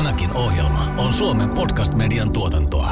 Tämäkin ohjelma on Suomen podcast-median tuotantoa.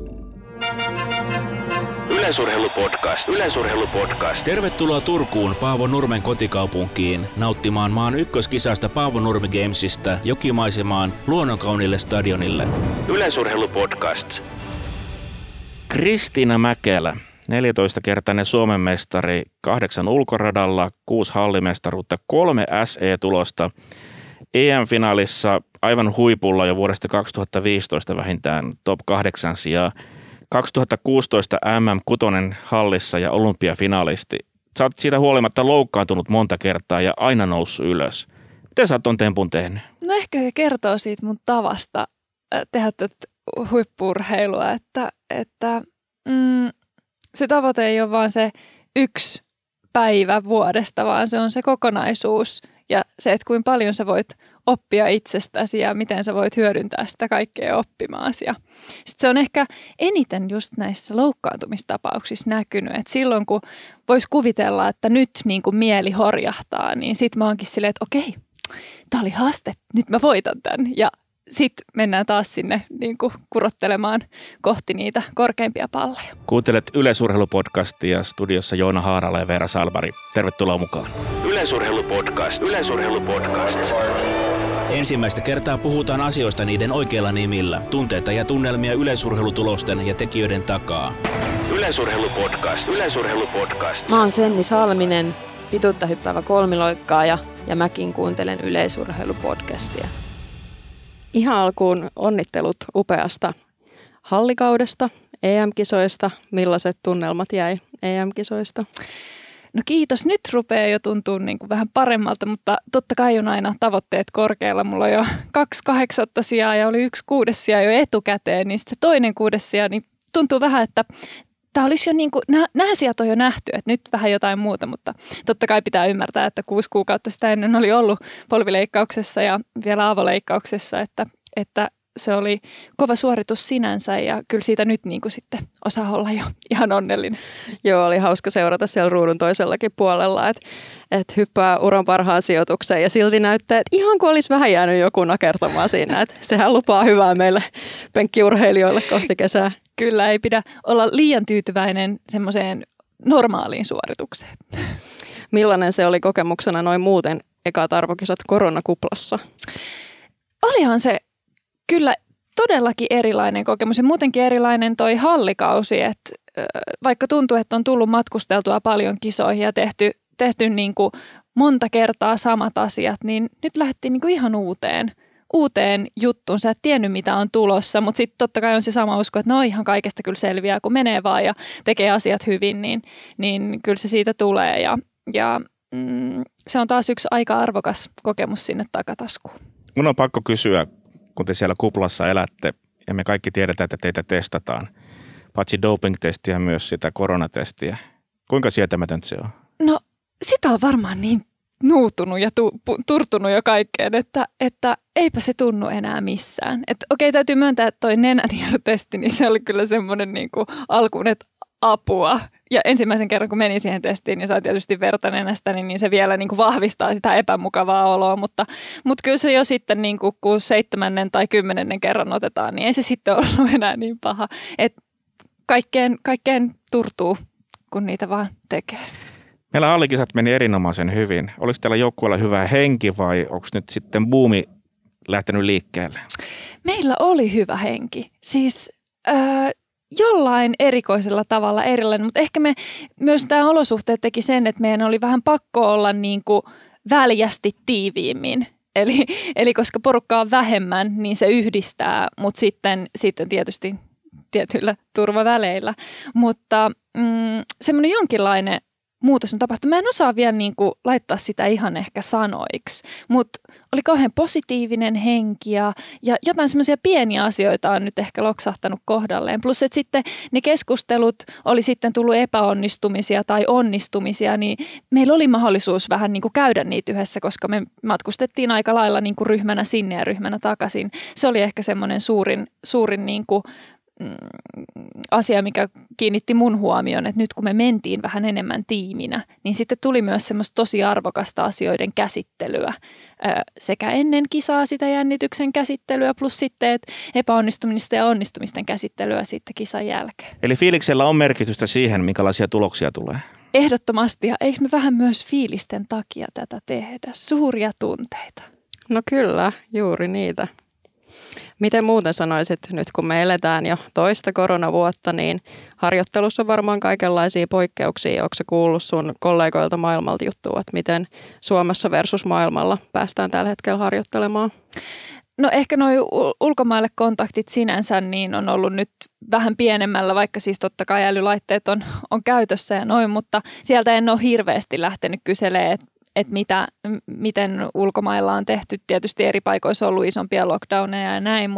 Yleisurheilupodcast. Tervetuloa Turkuun Paavo Nurmen kotikaupunkiin nauttimaan maan ykköskisasta Paavo Nurmi Gamesista jokimaisemaan luonnonkaunille stadionille. Yleisurheilupodcast. Kristiina Mäkelä, 14-kertainen Suomen mestari, 8 ulkoradalla, 6 hallimestaruutta, 3 SE-tulosta. EM-finaalissa aivan huipulla jo vuodesta 2015 vähintään top 8 sijaa. 2016 MM6 hallissa ja olympiafinalisti. Sä oot siitä huolimatta loukkaantunut monta kertaa ja aina noussut ylös. Miten sä oot ton tempun tehnyt? No ehkä se kertoo siitä mun tavasta tehdä tätä huippu-urheilua, että se tavoite ei ole vaan se yksi päivä vuodesta, vaan se on se kokonaisuus ja se, että kuinka paljon sä voit oppia itsestäsi ja miten sä voit hyödyntää sitä kaikkea oppimaasi. Sitten se on ehkä eniten just näissä loukkaantumistapauksissa näkynyt, että silloin kun vois kuvitella, että nyt niin kuin mieli horjahtaa, niin sit mä oonkin silleen, että okei, tää oli haaste, nyt mä voitan tämän. Ja sitten mennään taas sinne niin kuin kurottelemaan kohti niitä korkeimpia palleja. Kuuntelet Yleisurheilupodcastia, studiossa Joona Haarala ja Veera Salbari. Tervetuloa mukaan. Yleisurheilupodcast. Ensimmäistä kertaa puhutaan asioista niiden oikeilla nimillä. Tunteita ja tunnelmia yleisurheilutulosten ja tekijöiden takaa. Yleisurheilupodcast. Mä oon Senni Salminen, pituutta hyppäävä kolmiloikkaaja ja mäkin kuuntelen Yleisurheilupodcastia. Ihan alkuun onnittelut upeasta hallikaudesta, EM-kisoista. Millaiset tunnelmat jäi EM-kisoista? No kiitos. Nyt rupeaa jo tuntua niin kuin vähän paremmalta, mutta totta kai on aina tavoitteet korkealla. Mulla on jo 2 8. sijaa ja oli 1 6. sija jo etukäteen, niin sitten toinen 6. sija, niin tuntuu vähän, että tämä olisi jo niin kuin, nämä sijat on jo nähty, että nyt vähän jotain muuta, mutta totta kai pitää ymmärtää, että 6 kuukautta sitä ennen oli ollut polvileikkauksessa ja vielä avoleikkauksessa, että se oli kova suoritus sinänsä ja kyllä siitä nyt niin kuin sitten osaa olla jo ihan onnellinen. Joo, oli hauska seurata siellä ruudun toisellakin puolella, että hyppää uran parhaan sijoitukseen ja silti näyttää, että ihan kuin olisi vähän jäänyt joku nakertamaan siinä, että sehän lupaa hyvää meille penkkiurheilijoille kohti kesää. Kyllä, ei pidä olla liian tyytyväinen semmoiseen normaaliin suoritukseen. Millainen se oli kokemuksena noin muuten ekat arvokisat koronakuplassa? Olihan se kyllä todellakin erilainen kokemus ja muutenkin erilainen toi hallikausi, että vaikka tuntuu, että on tullut matkusteltua paljon kisoihin ja tehty niin kuin monta kertaa samat asiat, niin nyt lähdettiin niin kuin ihan uuteen juttuun. Sä et tiennyt, mitä on tulossa, mutta sitten totta kai on se sama usko, että no ihan kaikesta kyllä selviää, kun menee vaan ja tekee asiat hyvin, niin kyllä se siitä tulee. Ja se on taas yksi aika arvokas kokemus sinne takataskuun. Mun on pakko kysyä, kun te siellä kuplassa elätte ja me kaikki tiedetään, että teitä testataan, paitsi doping-testiä myös sitä koronatestiä. Kuinka sietämätöntä se on? No sitä on varmaan niin nuutunut ja turtunut jo kaikkeen, että eipä se tunnu enää missään. Että okei, täytyy myöntää, että toi nenänielutesti, niin se oli kyllä semmoinen niin kuin alkuun, että apua. Ja ensimmäisen kerran, kun menin siihen testiin, niin sai tietysti verta nenästäni, niin se vielä niin kuin vahvistaa sitä epämukavaa oloa. Mutta kyllä se jo sitten, niin kuin, kun 7. tai 10. kerran otetaan, niin ei se sitten ollut enää niin paha. Että kaikkeen turtuu, kun niitä vaan tekee. Meillä hallikisat meni erinomaisen hyvin. Oliko teillä joukkueella hyvä henki vai onko nyt sitten buumi lähtenyt liikkeelle? Meillä oli hyvä henki. Siis jollain erikoisella tavalla erilainen, mutta ehkä myös tämä olosuhteet teki sen, että meidän oli vähän pakko olla niin kuin väljästi tiiviimmin. Eli koska porukkaa on vähemmän, niin se yhdistää, mutta sitten tietysti tietyillä turvaväleillä. Mutta semmoinen jonkinlainen muutos on tapahtunut. Mä en osaa vielä niin kuin laittaa sitä ihan ehkä sanoiksi, mutta oli kauhean positiivinen henki ja jotain semmoisia pieniä asioita on nyt ehkä loksahtanut kohdalleen. Plus, että sitten ne keskustelut oli sitten tullut epäonnistumisia tai onnistumisia, niin meillä oli mahdollisuus vähän niin kuin käydä niitä yhdessä, koska me matkustettiin aika lailla niin kuin ryhmänä sinne ja ryhmänä takaisin. Se oli ehkä semmoinen suurin niin kuin asia, mikä kiinnitti mun huomioon, että nyt kun me mentiin vähän enemmän tiiminä, niin sitten tuli myös semmoista tosi arvokasta asioiden käsittelyä sekä ennen kisaa sitä jännityksen käsittelyä plus sitten että epäonnistumista ja onnistumisten käsittelyä sitten kisan jälkeen. Eli fiiliksellä on merkitystä siihen, minkälaisia tuloksia tulee. Ehdottomasti, ja eikö me vähän myös fiilisten takia tätä tehdä? Suuria tunteita. No kyllä, juuri niitä. Miten muuten sanoisit, nyt kun me eletään jo toista koronavuotta, niin harjoittelussa on varmaan kaikenlaisia poikkeuksia. Onko se kuullut sun kollegoilta maailmalta juttua, että miten Suomessa versus maailmalla päästään tällä hetkellä harjoittelemaan? No ehkä nuo ulkomaille kontaktit sinänsä niin on ollut nyt vähän pienemmällä, vaikka siis totta kai älylaitteet on käytössä ja noin, mutta sieltä en ole hirveästi lähtenyt kyselemään, että miten ulkomailla on tehty. Tietysti eri paikoissa on ollut isompia lockdowneja ja näin,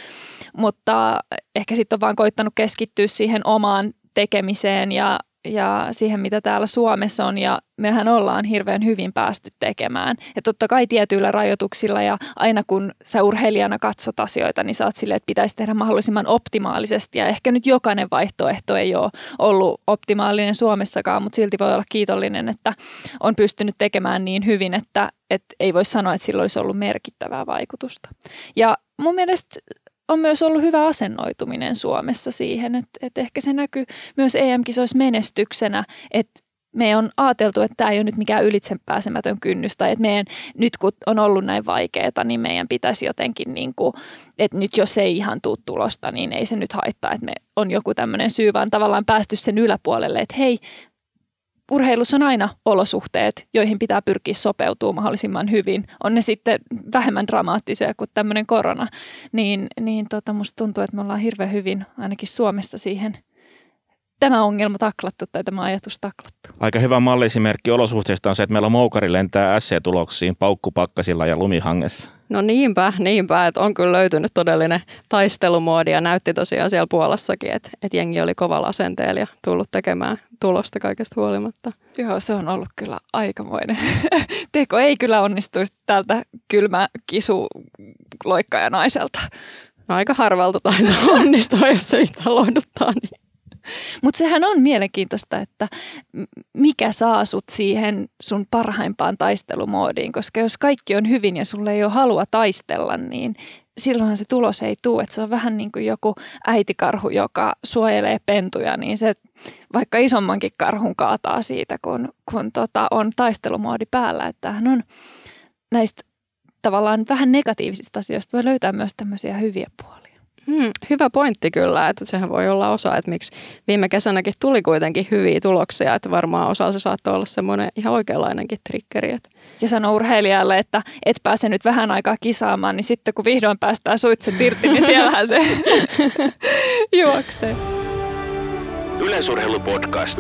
mutta ehkä sitten on vaan koittanut keskittyä siihen omaan tekemiseen ja siihen, mitä täällä Suomessa on, ja mehän ollaan hirveän hyvin päästy tekemään. Ja totta kai tietyillä rajoituksilla, ja aina kun sä urheilijana katsot asioita, niin sä oot silleen, että pitäisi tehdä mahdollisimman optimaalisesti, ja ehkä nyt jokainen vaihtoehto ei ole ollut optimaalinen Suomessakaan, mutta silti voi olla kiitollinen, että on pystynyt tekemään niin hyvin, että ei voi sanoa, että sillä olisi ollut merkittävää vaikutusta. Ja mun mielestä on myös ollut hyvä asennoituminen Suomessa siihen, että ehkä se näkyy myös EM-kisoissa menestyksenä, että me on ajateltu, että tämä ei ole nyt mikään ylitsepääsemätön kynnys, tai että meidän, nyt kun on ollut näin vaikeaa, niin meidän pitäisi jotenkin, niin kuin, että nyt jos ei ihan tule tulosta, niin ei se nyt haittaa, että me on joku tämmöinen syy, vaan tavallaan päästy sen yläpuolelle, että hei, urheilussa on aina olosuhteet, joihin pitää pyrkiä sopeutumaan mahdollisimman hyvin. On ne sitten vähemmän dramaattisia kuin tämmöinen korona. Niin musta tuntuu, että me ollaan hirveän hyvin ainakin Suomessa siihen tämä ongelma taklattu tai tämä ajatus taklattu. Aika hyvä malliesimerkki olosuhteista on se, että meillä moukari lentää SC-tuloksiin paukkupakkasilla ja lumihangessa. No niinpä, että on kyllä löytynyt todellinen taistelumoodi ja näytti tosiaan siellä Puolassakin, että jengi oli kovalla asenteella ja tullut tekemään tulosta kaikesta huolimatta. Joo, se on ollut kyllä aikamoinen teko. Ei kyllä onnistuisi tältä kylmä kisu loikkajanaiselta. No aika harvalta taitaa onnistua, jos se yhtään lohduttaa. Niin. Mutta sehän on mielenkiintoista, että mikä saa sut siihen sun parhaimpaan taistelumoodiin, koska jos kaikki on hyvin ja sulle ei ole halua taistella, niin silloinhan se tulos ei tule. Et se on vähän niin kuin joku äitikarhu, joka suojelee pentuja, niin se vaikka isommankin karhun kaataa siitä, kun on taistelumoodi päällä. Että tämähän on näistä tavallaan vähän negatiivisista asioista voi löytää myös tämmöisiä hyviä puolia. Hyvä pointti kyllä, että sehän voi olla osa, että miksi viime kesänäkin tuli kuitenkin hyviä tuloksia, että varmaan osalla se saattoi olla semmoinen ihan oikeanlainenkin triggeri. Ja sano urheilijalle, että et pääse nyt vähän aikaa kisaamaan, niin sitten kun vihdoin päästään suitset irti, niin siellähän se juoksee. Yleisurheilupodcast.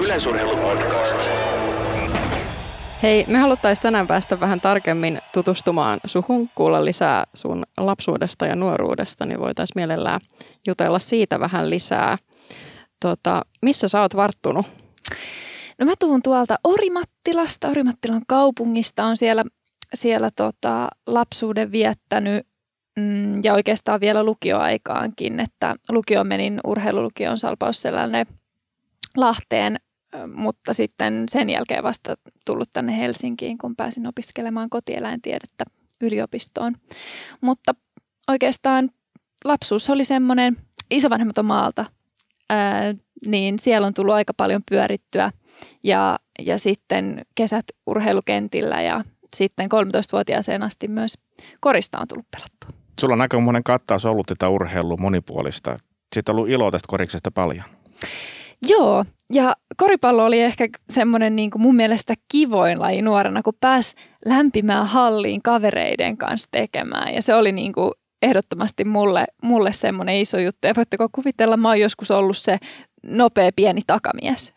Hei, me haluttaisiin tänään päästä vähän tarkemmin tutustumaan suhun, kuulla lisää sun lapsuudesta ja nuoruudesta, niin voitaisiin mielellään jutella siitä vähän lisää. Missä sä oot varttunut? No mä tuun tuolta Orimattilasta, Orimattilan kaupungista, on siellä lapsuuden viettänyt ja oikeastaan vielä lukioaikaankin, että lukioon menin urheilulukioon Salpausselänne Lahteen, mutta sitten sen jälkeen vasta tullut tänne Helsinkiin, kun pääsin opiskelemaan kotieläintiedettä yliopistoon. Mutta oikeastaan lapsuus oli semmoinen, isovanhemmat on maalta, niin siellä on tullut aika paljon pyörittyä ja sitten kesät urheilukentillä ja sitten 13-vuotiaaseen asti myös korista on tullut pelattua. Sulla on aikamoinen kattaus ollut tätä urheilua monipuolista. Siitä on ollut ilo tästä koriksesta paljon. Joo, ja koripallo oli ehkä semmoinen niin kuin mun mielestä kivoin laji nuorena, kun pääsi lämpimään halliin kavereiden kanssa tekemään. Ja se oli niin kuin ehdottomasti mulle semmoinen iso juttu. Ja voitteko kuvitella, mä oon joskus ollut se nopea pieni takamies.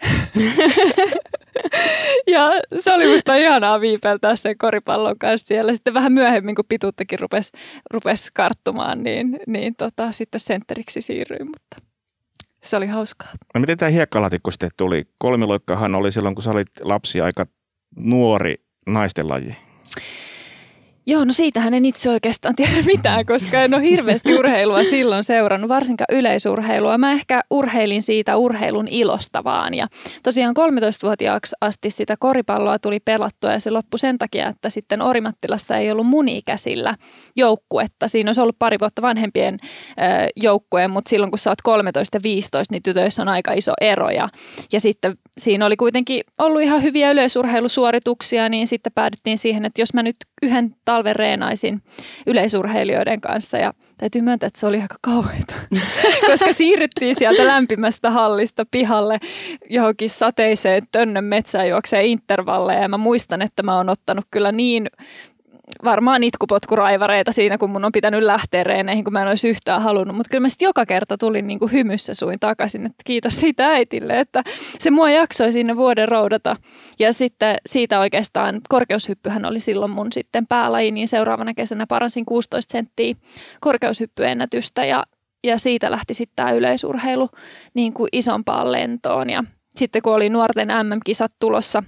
Ja se oli musta ihanaa viipeltää sen koripallon kanssa siellä. Sitten vähän myöhemmin, kun pituuttakin rupesi karttumaan, niin sitten sentteriksi siirryin, mutta se oli hauskaa. No miten tämä hiekkalaatikko sitten tuli? Kolmiloikkahan oli silloin, kun sä olit lapsi, aika nuori naisten laji. Joo, no siitähän en itse oikeastaan tiedä mitään, koska en ole hirveästi urheilua silloin seurannut, varsinkaan yleisurheilua. Mä ehkä urheilin siitä urheilun ilosta vaan. Ja tosiaan 13-vuotiaaksi asti sitä koripalloa tuli pelattua ja se loppui sen takia, että sitten Orimattilassa ei ollut mun ikäisillä joukkuetta. Siinä olisi ollut pari vuotta vanhempien joukkueen, mutta silloin kun sä oot 13 ja 15, niin tytöissä on aika iso ero. Ja sitten siinä oli kuitenkin ollut ihan hyviä yleisurheilusuorituksia, niin sitten päädyttiin siihen, että jos mä nyt yhden talven reenaisin yleisurheilijoiden kanssa ja täytyy myöntää, että se oli aika kauheata, koska siirryttiin sieltä lämpimästä hallista pihalle johonkin sateiseen Tönnön metsään juokseen intervalleja ja mä muistan, että mä oon ottanut kyllä niin varmaan itkupotkuraivareita siinä, kun mun on pitänyt lähteä reeneihin, kun mä en olisi yhtään halunnut. Mutta kyllä mä sitten joka kerta tulin niin kuin hymyssä suin takaisin, että kiitos siitä äitille, että se mua jaksoi sinne vuoden roudata. Ja sitten siitä oikeastaan korkeushyppyhän oli silloin mun sitten päälaji, niin seuraavana kesänä paransin 16 senttiä korkeushyppyennätystä ja siitä lähti sitten tämä yleisurheilu niin kuin isompaan lentoon. Ja sitten kun oli nuorten MM-kisat tulossa,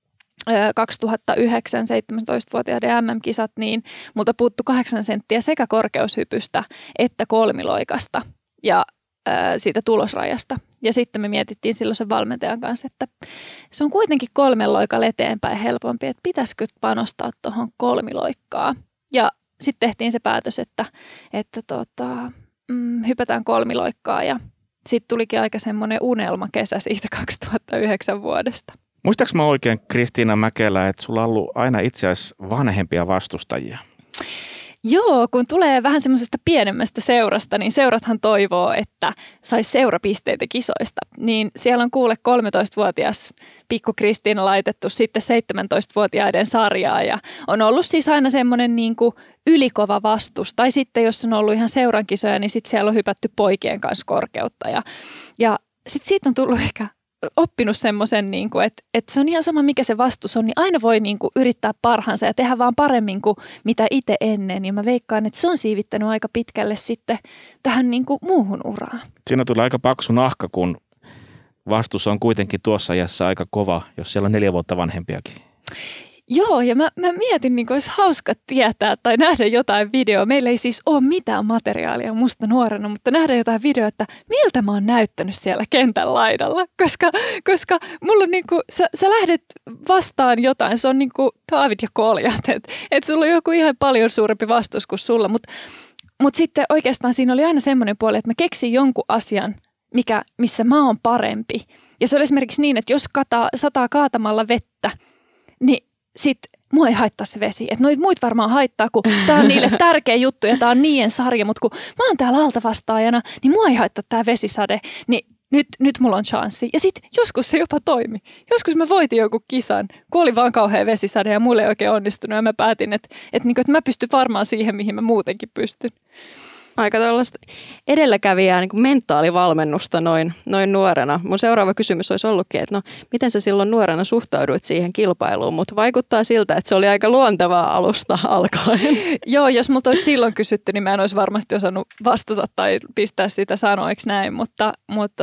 2009 17-vuotiaiden MM-kisat, niin multa puuttui 8 senttiä sekä korkeushypystä että kolmiloikasta ja siitä tulosrajasta. Ja sitten me mietittiin silloin sen valmentajan kanssa, että se on kuitenkin 3 loikalla eteenpäin helpompi, että pitäisikö panostaa tuohon kolmiloikkaan. Ja sitten tehtiin se päätös, että hypätään kolmiloikkaa ja sitten tulikin aika semmoinen unelmakesä siitä 2009 vuodesta. Muistaaks mä oikein, Kristiina Mäkelä, että sulla on ollut aina itse asiassa vanhempia vastustajia? Joo, kun tulee vähän semmoisesta pienemmästä seurasta, niin seurathan toivoo, että saisi seurapisteitä kisoista. Niin siellä on kuule 13-vuotias pikku Kristiina laitettu sitten 17-vuotiaiden sarjaa ja on ollut siis aina semmoinen niin kuin ylikova vastus. Tai sitten jos on ollut ihan seuran kisoja, niin sitten siellä on hypätty poikien kanssa korkeutta ja sitten siitä on tullut ehkä oppinut semmoisen, niin että se on ihan sama mikä se vastus on, niin aina voi niin kuin yrittää parhaansa ja tehdä vaan paremmin kuin mitä itse ennen. Ja mä veikkaan, että se on siivittänyt aika pitkälle sitten tähän niin kuin muuhun uraan. Siinä tulee aika paksu nahka, kun vastus on kuitenkin tuossa ajassa aika kova, jos siellä on 4 vuotta vanhempiakin. Joo, ja mä mietin, niin kuin olisi hauska tietää tai nähdä jotain videoa. Meillä ei siis ole mitään materiaalia musta nuorena, mutta nähdä jotain videoa, että miltä mä oon näyttänyt siellä kentän laidalla. Koska mulla on niin kuin, sä lähdet vastaan jotain, se on niin kuin David ja Goljat, että sulla on joku ihan paljon suurempi vastus kuin sulla. Mutta sitten oikeastaan siinä oli aina semmoinen puoli, että mä keksin jonkun asian, missä mä oon parempi. Ja se oli esimerkiksi niin, että jos sataa kaatamalla vettä, niin sitten mua ei haittaa se vesi. Että noit muut varmaan haittaa, kun tää on niille tärkeä juttu ja tää on niiden sarja, mutta kun mä oon täällä altavastaajana, niin mua ei haittaa tää vesisade. Niin nyt mulla on chanssi. Ja sitten joskus se jopa toimi. Joskus mä voitin joku kisan, kun oli vaan kauhea vesisade ja mulle ei oikein onnistunut. Ja mä päätin, että mä pystyn varmaan siihen, mihin mä muutenkin pystyn. Aika tuollaista edelläkävijää niin kuin mentaalivalmennusta noin nuorena. Mun seuraava kysymys olisi ollutkin, että no miten sä silloin nuorena suhtauduit siihen kilpailuun, mutta vaikuttaa siltä, että se oli aika luontevaa alusta alkaen. Joo, jos multa olisi silloin kysytty, niin mä en olisi varmasti osannut vastata tai pistää sitä sanoiksi näin, mutta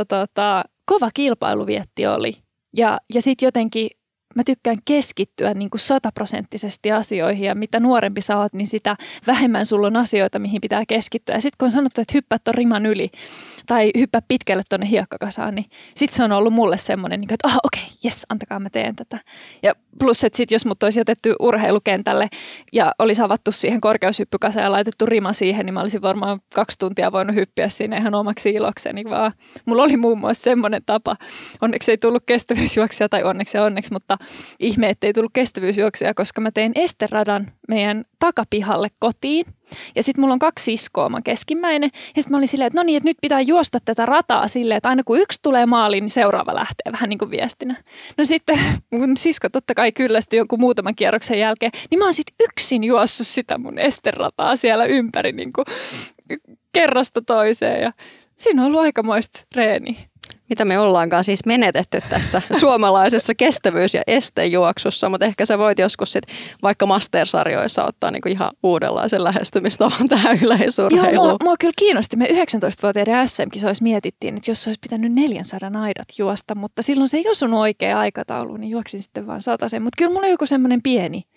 kova kilpailuvietti oli. Ja sitten jotenkin mä tykkään keskittyä niin kuin 100% asioihin ja mitä nuorempi sä oot, niin sitä vähemmän sulla on asioita, mihin pitää keskittyä. Ja sitten kun on sanottu, että hyppää ton riman yli tai hyppää pitkälle tonne hiekkakasaan, niin sitten se on ollut mulle semmoinen, että okei, jes, antakaa mä teen tätä. Ja plus, että sitten jos mut olisi jätetty urheilukentälle ja olisi avattu siihen korkeushyppykasaan ja laitettu rima siihen, niin mä olisin varmaan 2 tuntia voinut hyppiä siinä ihan omaksi ilokseni vaan. Mulla oli muun muassa semmoinen tapa. Onneksi ei tullut kestävyysjuoksia tai onneksi, mutta ihme, ettei tullut kestävyysjuoksia, koska mä tein esteradan meidän takapihalle kotiin. Ja sitten mulla on 2 siskoa, mä oon keskimmäinen. Ja sitten mä olin silleen, että no niin, että nyt pitää juosta tätä rataa silleen, että aina kun yksi tulee maaliin, niin seuraava lähtee vähän niin kuin viestinä. No sitten mun sisko totta kai kyllästyi jonkun muutaman kierroksen jälkeen, niin mä oon sitten yksin juossut sitä mun esterataa siellä ympäri niin kuin kerrasta toiseen. Ja siinä on ollut aikamoista reeniä. Mitä me ollaankaan siis menetetty tässä suomalaisessa kestävyys- ja estejuoksussa, mutta ehkä sä voit joskus sit vaikka mastersarjoissa ottaa niinku ihan uudenlaisen lähestymistavan tähän yleisurheiluun. Joo, mua kyllä kiinnosti. Me 19-vuotiaiden SM-kisoissa mietittiin, että jos olisi pitänyt 400 aidat juosta, mutta silloin se ei osunut oikea aikataulu, niin juoksin sitten vaan 100. Mutta kyllä mulla on joku semmoinen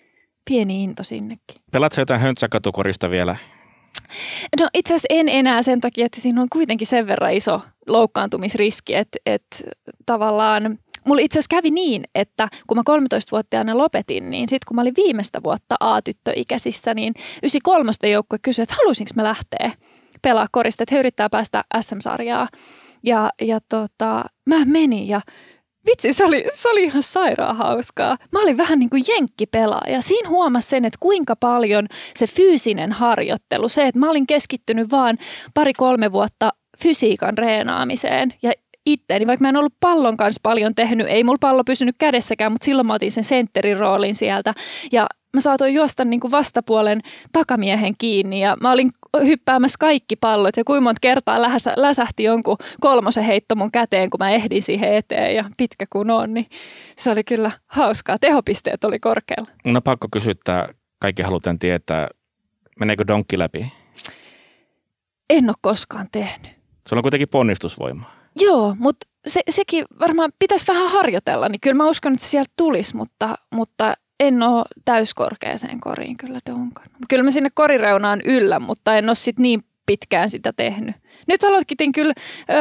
pieni into sinnekin. Pelaatko jotain höntsäkatukorista vielä? No itse asiassa en enää sen takia, että siinä on kuitenkin sen verran iso loukkaantumisriski, että tavallaan mulla itse asiassa kävi niin, että kun mä 13-vuotiaana lopetin, niin sitten kun mä olin viimeistä vuotta A-tyttöikäisissä, niin 93. joukkue kysyi, että haluaisinko mä lähteä pelaa korista, että he yrittää päästä SM-sarjaa. Ja mä menin ja vitsi, se oli ihan sairaan hauskaa. Mä olin vähän niin kuin jenkkipelaaja. Siinä huomasi sen, että kuinka paljon se fyysinen harjoittelu, se, että mä olin keskittynyt vaan 2-3 vuotta fysiikan reenaamiseen ja itteeni, vaikka mä en ollut pallon kanssa paljon tehnyt, ei mulla pallo pysynyt kädessäkään, mutta silloin mä otin sen sentterin roolin sieltä ja mä saatoin juosta niin kuin vastapuolen takamiehen kiinni ja mä olin hyppäämässä kaikki pallot ja kuinka monta kertaa läsähti jonkun 3 heitto mun käteen, kun mä ehdin siihen eteen ja pitkä kun on, niin se oli kyllä hauskaa. Tehopisteet oli korkealla. No pakko kysyttää, kaikki halutaan tietää, meneekö donkki läpi? En ole koskaan tehnyt. Sulla on kuitenkin ponnistusvoimaa. Joo, mutta sekin varmaan pitäisi vähän harjoitella, niin kyllä mä uskon, että se sieltä tulisi, mutta en ole täyskorkeaseen koriin kyllä donkannut. Kyllä mä sinne korireunaan yllän, mutta en ole sitten niin pitkään sitä tehnyt. Nyt aloitin kyllä,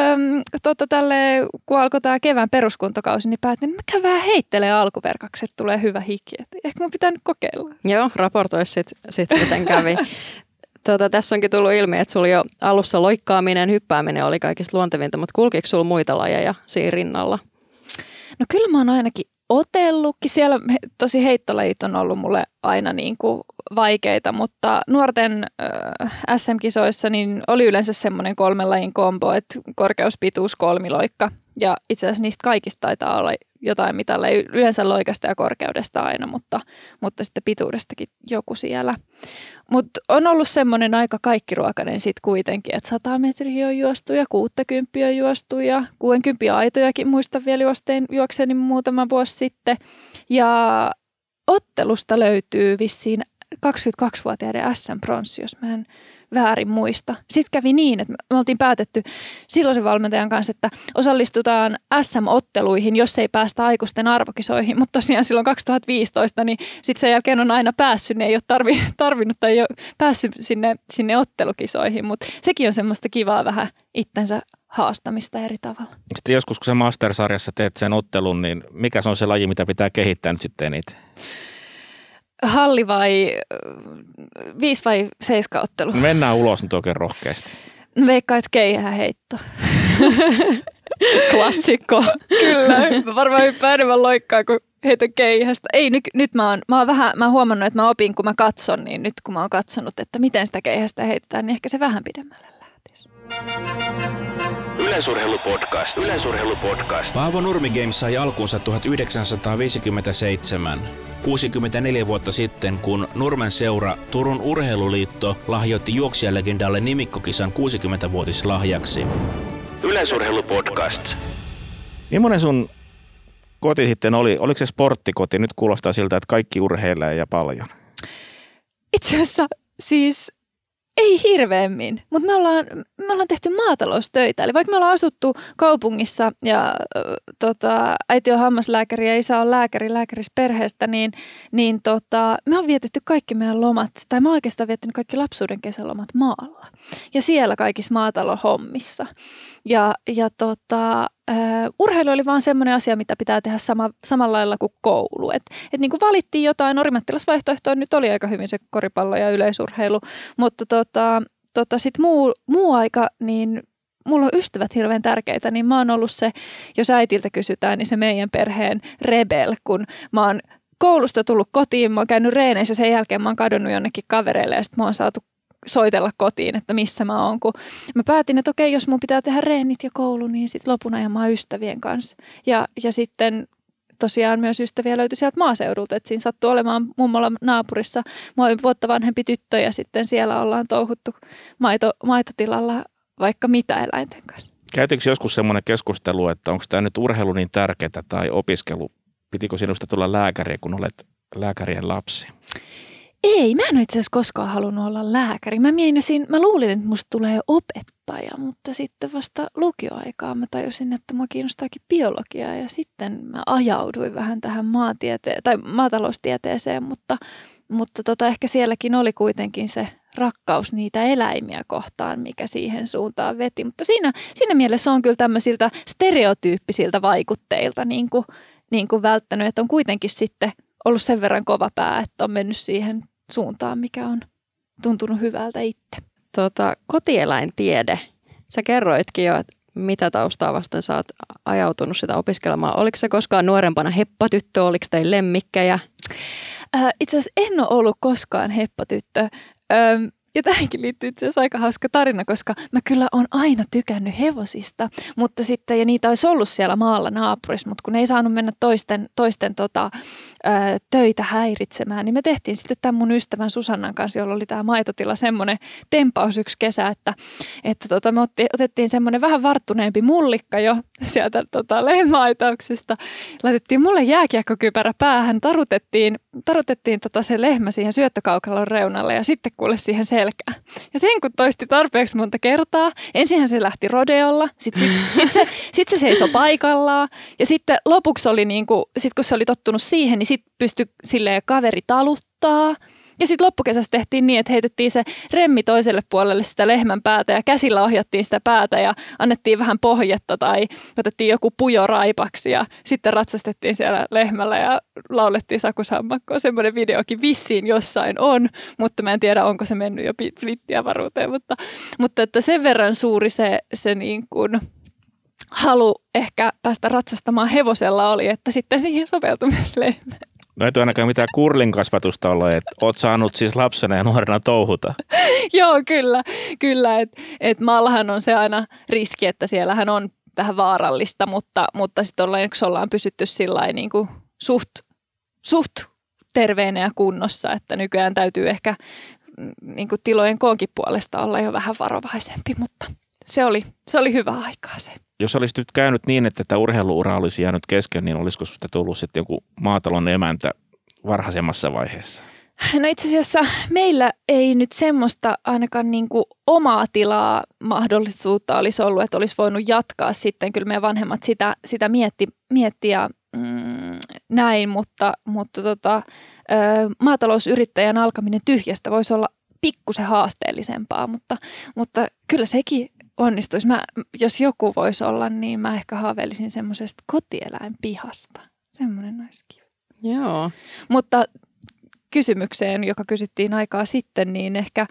kun alkoi tämä kevään peruskuntokausi, niin päätin, että mä käyn vähän heittelemään alkuverkaksi, että tulee hyvä hiki. Ehkä mun pitää nyt kokeilla. Joo, raportoi sitten miten kävi. Tässä onkin tullut ilmi, että sulla jo alussa loikkaaminen, hyppääminen oli kaikista luontevinta, mutta kulkiko sulla muita lajeja siinä rinnalla? No kyllä mä oon ainakin otellutkin. Siellä tosi heittolajit on ollut mulle aina niin kuin vaikeita, mutta nuorten SM-kisoissa niin oli yleensä semmoinen 3 lajin kombo, että korkeus, pituus, kolmiloikka. Ja itse asiassa niistä kaikista taitaa olla jotain mitalleja, yleensä loikasta ja korkeudesta aina, mutta sitten pituudestakin joku siellä. Mutta on ollut semmoinen aika kaikkiruokainen sitten kuitenkin, että 100 metriä on juostu ja 60 on juostu ja 60 aitojakin muistan vielä juokseeni muutama vuosi sitten. Ja ottelusta löytyy vissiin 22-vuotiaiden SM-pronssi, jos mä en väärin muista. Sitten kävi niin, että me oltiin päätetty silloisen valmentajan kanssa, että osallistutaan SM-otteluihin, jos ei päästä aikuisten arvokisoihin. Mutta tosiaan silloin 2015, niin sitten sen jälkeen on aina päässyt, niin ei ole tarvinnut tai ei ole päässyt sinne ottelukisoihin. Mutta sekin on semmoista kivaa vähän itsensä haastamista eri tavalla. Sitten joskus, kun sä Master-sarjassa teet sen ottelun, niin mikä se on se laji, mitä pitää kehittää nyt sitten eniten? Halli vai 5 vai 7 ottelu? Mennään ulos nyt oikein rohkeasti. No veikkaan, että keihäheitto. Klassikko. Kyllä, mä varmaan hyppään enemmän loikkaa kuin heitän keihästä. Ei, nyt mä oon huomannut, että mä opin, kun mä katson, niin nyt kun mä oon katsonut, että miten sitä keihästä heitetään, niin ehkä se vähän pidemmälle lähtisi. Yleisurheilupodcast. Yleisurheilupodcast. Paavo Nurmi Games sai alkuunsa 1957. 64 vuotta sitten, kun Nurmen seura Turun Urheiluliitto lahjoitti juoksijalegendalle nimikkokisan 60-vuotislahjaksi. Yleisurheilupodcast. Millainen sun koti sitten oli? Oliko se sporttikoti? Nyt kuulostaa siltä, että kaikki urheilee ja paljon. Itse asiassa siis ei hirveämmin, mutta me ollaan tehty maataloustöitä. Eli vaikka me ollaan asuttu kaupungissa ja äiti on hammaslääkäri ja isä on lääkärisperheestä, niin me on vietetty kaikki meidän lomat, tai mä oon oikeastaan viettänyt kaikki lapsuuden kesälomat maalla. Ja siellä kaikissa maatalohommissa. Urheilu oli vaan semmoinen asia, mitä pitää tehdä samalla lailla kuin koulu. Et niin kuin valittiin jotain, Orimattilas-vaihtoehtoa nyt oli aika hyvin se koripallo ja yleisurheilu, mutta sitten muu aika, niin mulla on ystävät hirveän tärkeitä, niin mä oon ollut se, jos äitiltä kysytään, niin se meidän perheen rebel, kun mä oon koulusta tullut kotiin, mä oon käynyt reeneissä ja sen jälkeen mä oon kadonnut jonnekin kavereille ja sitten mä oon saatu soitella kotiin, että missä mä oon, kun mä päätin, että okei, jos mun pitää tehdä reenit ja koulu, niin sitten lopun ajan mä oon ystävien kanssa. Ja sitten tosiaan myös ystäviä löytyi sieltä maaseudulta, että siinä sattui olemaan mummolla naapurissa. Mä oon vuotta vanhempi tyttö ja sitten siellä ollaan touhuttu maitotilalla vaikka mitä eläinten kanssa. Käytiinkö joskus semmoinen keskustelu, että onko tämä nyt urheilu niin tärkeää tai opiskelu? Pitikö sinusta tulla lääkäri, kun olet lääkärien lapsi? Ei, mä en ole itse asiassa koskaan halunnut olla lääkäri. Mä luulin, että musta tulee opettaja, mutta sitten vasta lukioaikaan mä tajusin, että mua kiinnostaakin biologia ja sitten mä ajauduin vähän tähän maataloustieteeseen, mutta mutta ehkä sielläkin oli kuitenkin se rakkaus niitä eläimiä kohtaan, mikä siihen suuntaan veti. Mutta siinä mielessä on kyllä tämmöisiltä stereotyyppisiltä vaikutteilta niin kuin välttänyt, että on kuitenkin sitten ollut sen verran kova pää, että on mennyt siihen suuntaan, mikä on tuntunut hyvältä itse. Kotieläintiede. Sä kerroitkin jo, että mitä taustaa vasten sä oot ajautunut sitä opiskelemaan. Oliko se koskaan nuorempana heppatyttö? Oliko teillä lemmikkejä? Itse asiassa en ole ollut koskaan heppatyttö. Ja tähänkin liittyy itse asiassa aika hauska tarina, koska mä kyllä olen aina tykännyt hevosista, mutta sitten, ja niitä olisi ollut siellä maalla naapurissa, mutta kun ei saanut mennä toisten töitä häiritsemään, niin me tehtiin sitten tämän mun ystävän Susannan kanssa, jolla oli tämä maitotila, semmoinen tempaus yksi kesä, että me otettiin semmoinen vähän varttuneempi mullikka jo sieltä lehmäaitauksesta, laitettiin mulle jääkiekkokypärä päähän, tarutettiin se lehmä siihen syöttökaukalon reunalle ja sitten kuule siihen selkään. Ja sen kun toisti tarpeeksi monta kertaa, ensinhän se lähti rodeolla, sitten se seisoi paikallaan ja sitten lopuksi oli kun se oli tottunut siihen, niin sitten pystyi silleen kaveri taluttaa. Ja sitten loppukesässä tehtiin niin, että heitettiin se remmi toiselle puolelle sitä lehmän päätä ja käsillä ohjattiin sitä päätä ja annettiin vähän pohjetta tai otettiin joku pujo raipaksi ja sitten ratsastettiin siellä lehmällä ja laulettiin sakusammakkoa. Semmoinen videokin vissiin jossain on, mutta mä en tiedä, onko se mennyt jo flittiavaruuteen, mutta että sen verran suuri se niin kuin halu ehkä päästä ratsastamaan hevosella oli, että sitten siihen soveltui myös lehmä. No ei ainakaan mitään kurlin kasvatusta olla, että oot saanut siis lapsena ja nuorena touhuta. Joo, kyllä. Et maallahan on se aina riski, että siellähän on vähän vaarallista, mutta sitten ollaan pysytty sillain niin kuin suht terveenä ja kunnossa, että nykyään täytyy ehkä niin kuin tilojen koonkin puolesta olla jo vähän varovaisempi, mutta se oli hyvä aikaa se. Jos olisit nyt käynyt niin, että tämä urheiluura olisi jäänyt kesken, niin olisiko sinusta tullut sitten joku maatalon emäntä varhaisemmassa vaiheessa? No itse asiassa meillä ei nyt semmoista ainakaan niin kuin omaa tilaa mahdollisuutta olisi ollut, että olisi voinut jatkaa sitten. Kyllä meidän vanhemmat sitä mietti ja näin, mutta maatalousyrittäjän alkaminen tyhjästä voisi olla pikkusen haasteellisempaa, mutta kyllä sekin onnistuisi. Jos joku voisi olla, niin mä ehkä haaveilisin semmoisesta kotieläinpihasta. Semmoinen olisi kiva. Joo. Mutta kysymykseen, joka kysyttiin aikaa sitten, niin ehkä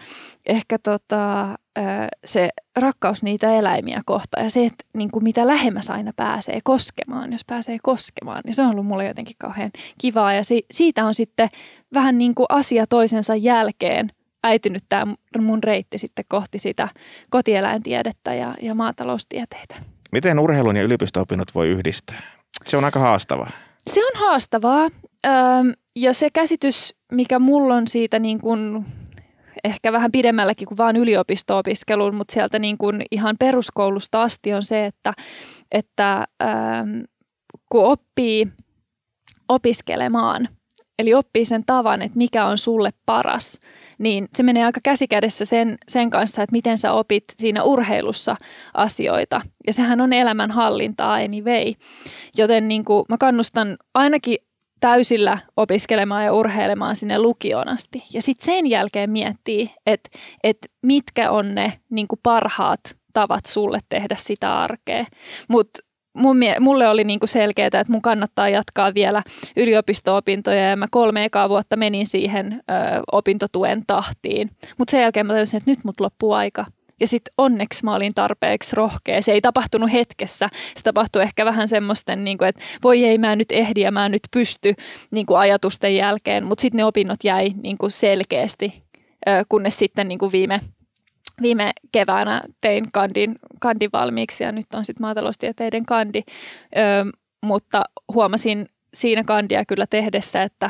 se rakkaus niitä eläimiä kohtaan ja se, että niin kuin mitä lähemmäs aina pääsee koskemaan, jos pääsee koskemaan, niin se on ollut mulle jotenkin kauhean kivaa. Ja siitä on sitten vähän niin kuin asia toisensa jälkeen äitynyt tämä mun reitti sitten kohti sitä kotieläintiedettä ja maataloustieteitä. Miten urheilun ja yliopisto-opinnot voi yhdistää? Se on aika haastavaa. Se on haastavaa ja se käsitys, mikä mulla on siitä niin kuin ehkä vähän pidemmälläkin kuin vaan yliopisto-opiskeluun, mutta sieltä niin kuin ihan peruskoulusta asti on se, että kun oppii opiskelemaan, eli oppii sen tavan, että mikä on sulle paras, niin se menee aika käsikädessä sen kanssa, että miten sä opit siinä urheilussa asioita. Ja sehän on elämänhallintaa anyway. Joten niin kuin mä kannustan ainakin täysillä opiskelemaan ja urheilemaan sinne lukioon asti. Ja sitten sen jälkeen miettii, että mitkä on ne niin kuin parhaat tavat sulle tehdä sitä arkea. Mutta mulle oli niinku selkeää, että mun kannattaa jatkaa vielä yliopisto-opintoja ja mä 3 ekaa vuotta menin siihen opintotuen tahtiin. Mutta sen jälkeen mä tajusin, että nyt mut loppuu aika. Ja sitten onneksi mä olin tarpeeksi rohkea. Se ei tapahtunut hetkessä. Se tapahtui ehkä vähän semmoisten, niinku, että voi ei mä nyt ehdi ja mä nyt pysty niinku ajatusten jälkeen. Mutta sitten ne opinnot jäi niinku selkeästi, kunnes sitten niinku viime keväänä tein kandin valmiiksi ja nyt on sitten maataloustieteiden kandi, mutta huomasin siinä kandia kyllä tehdessä, että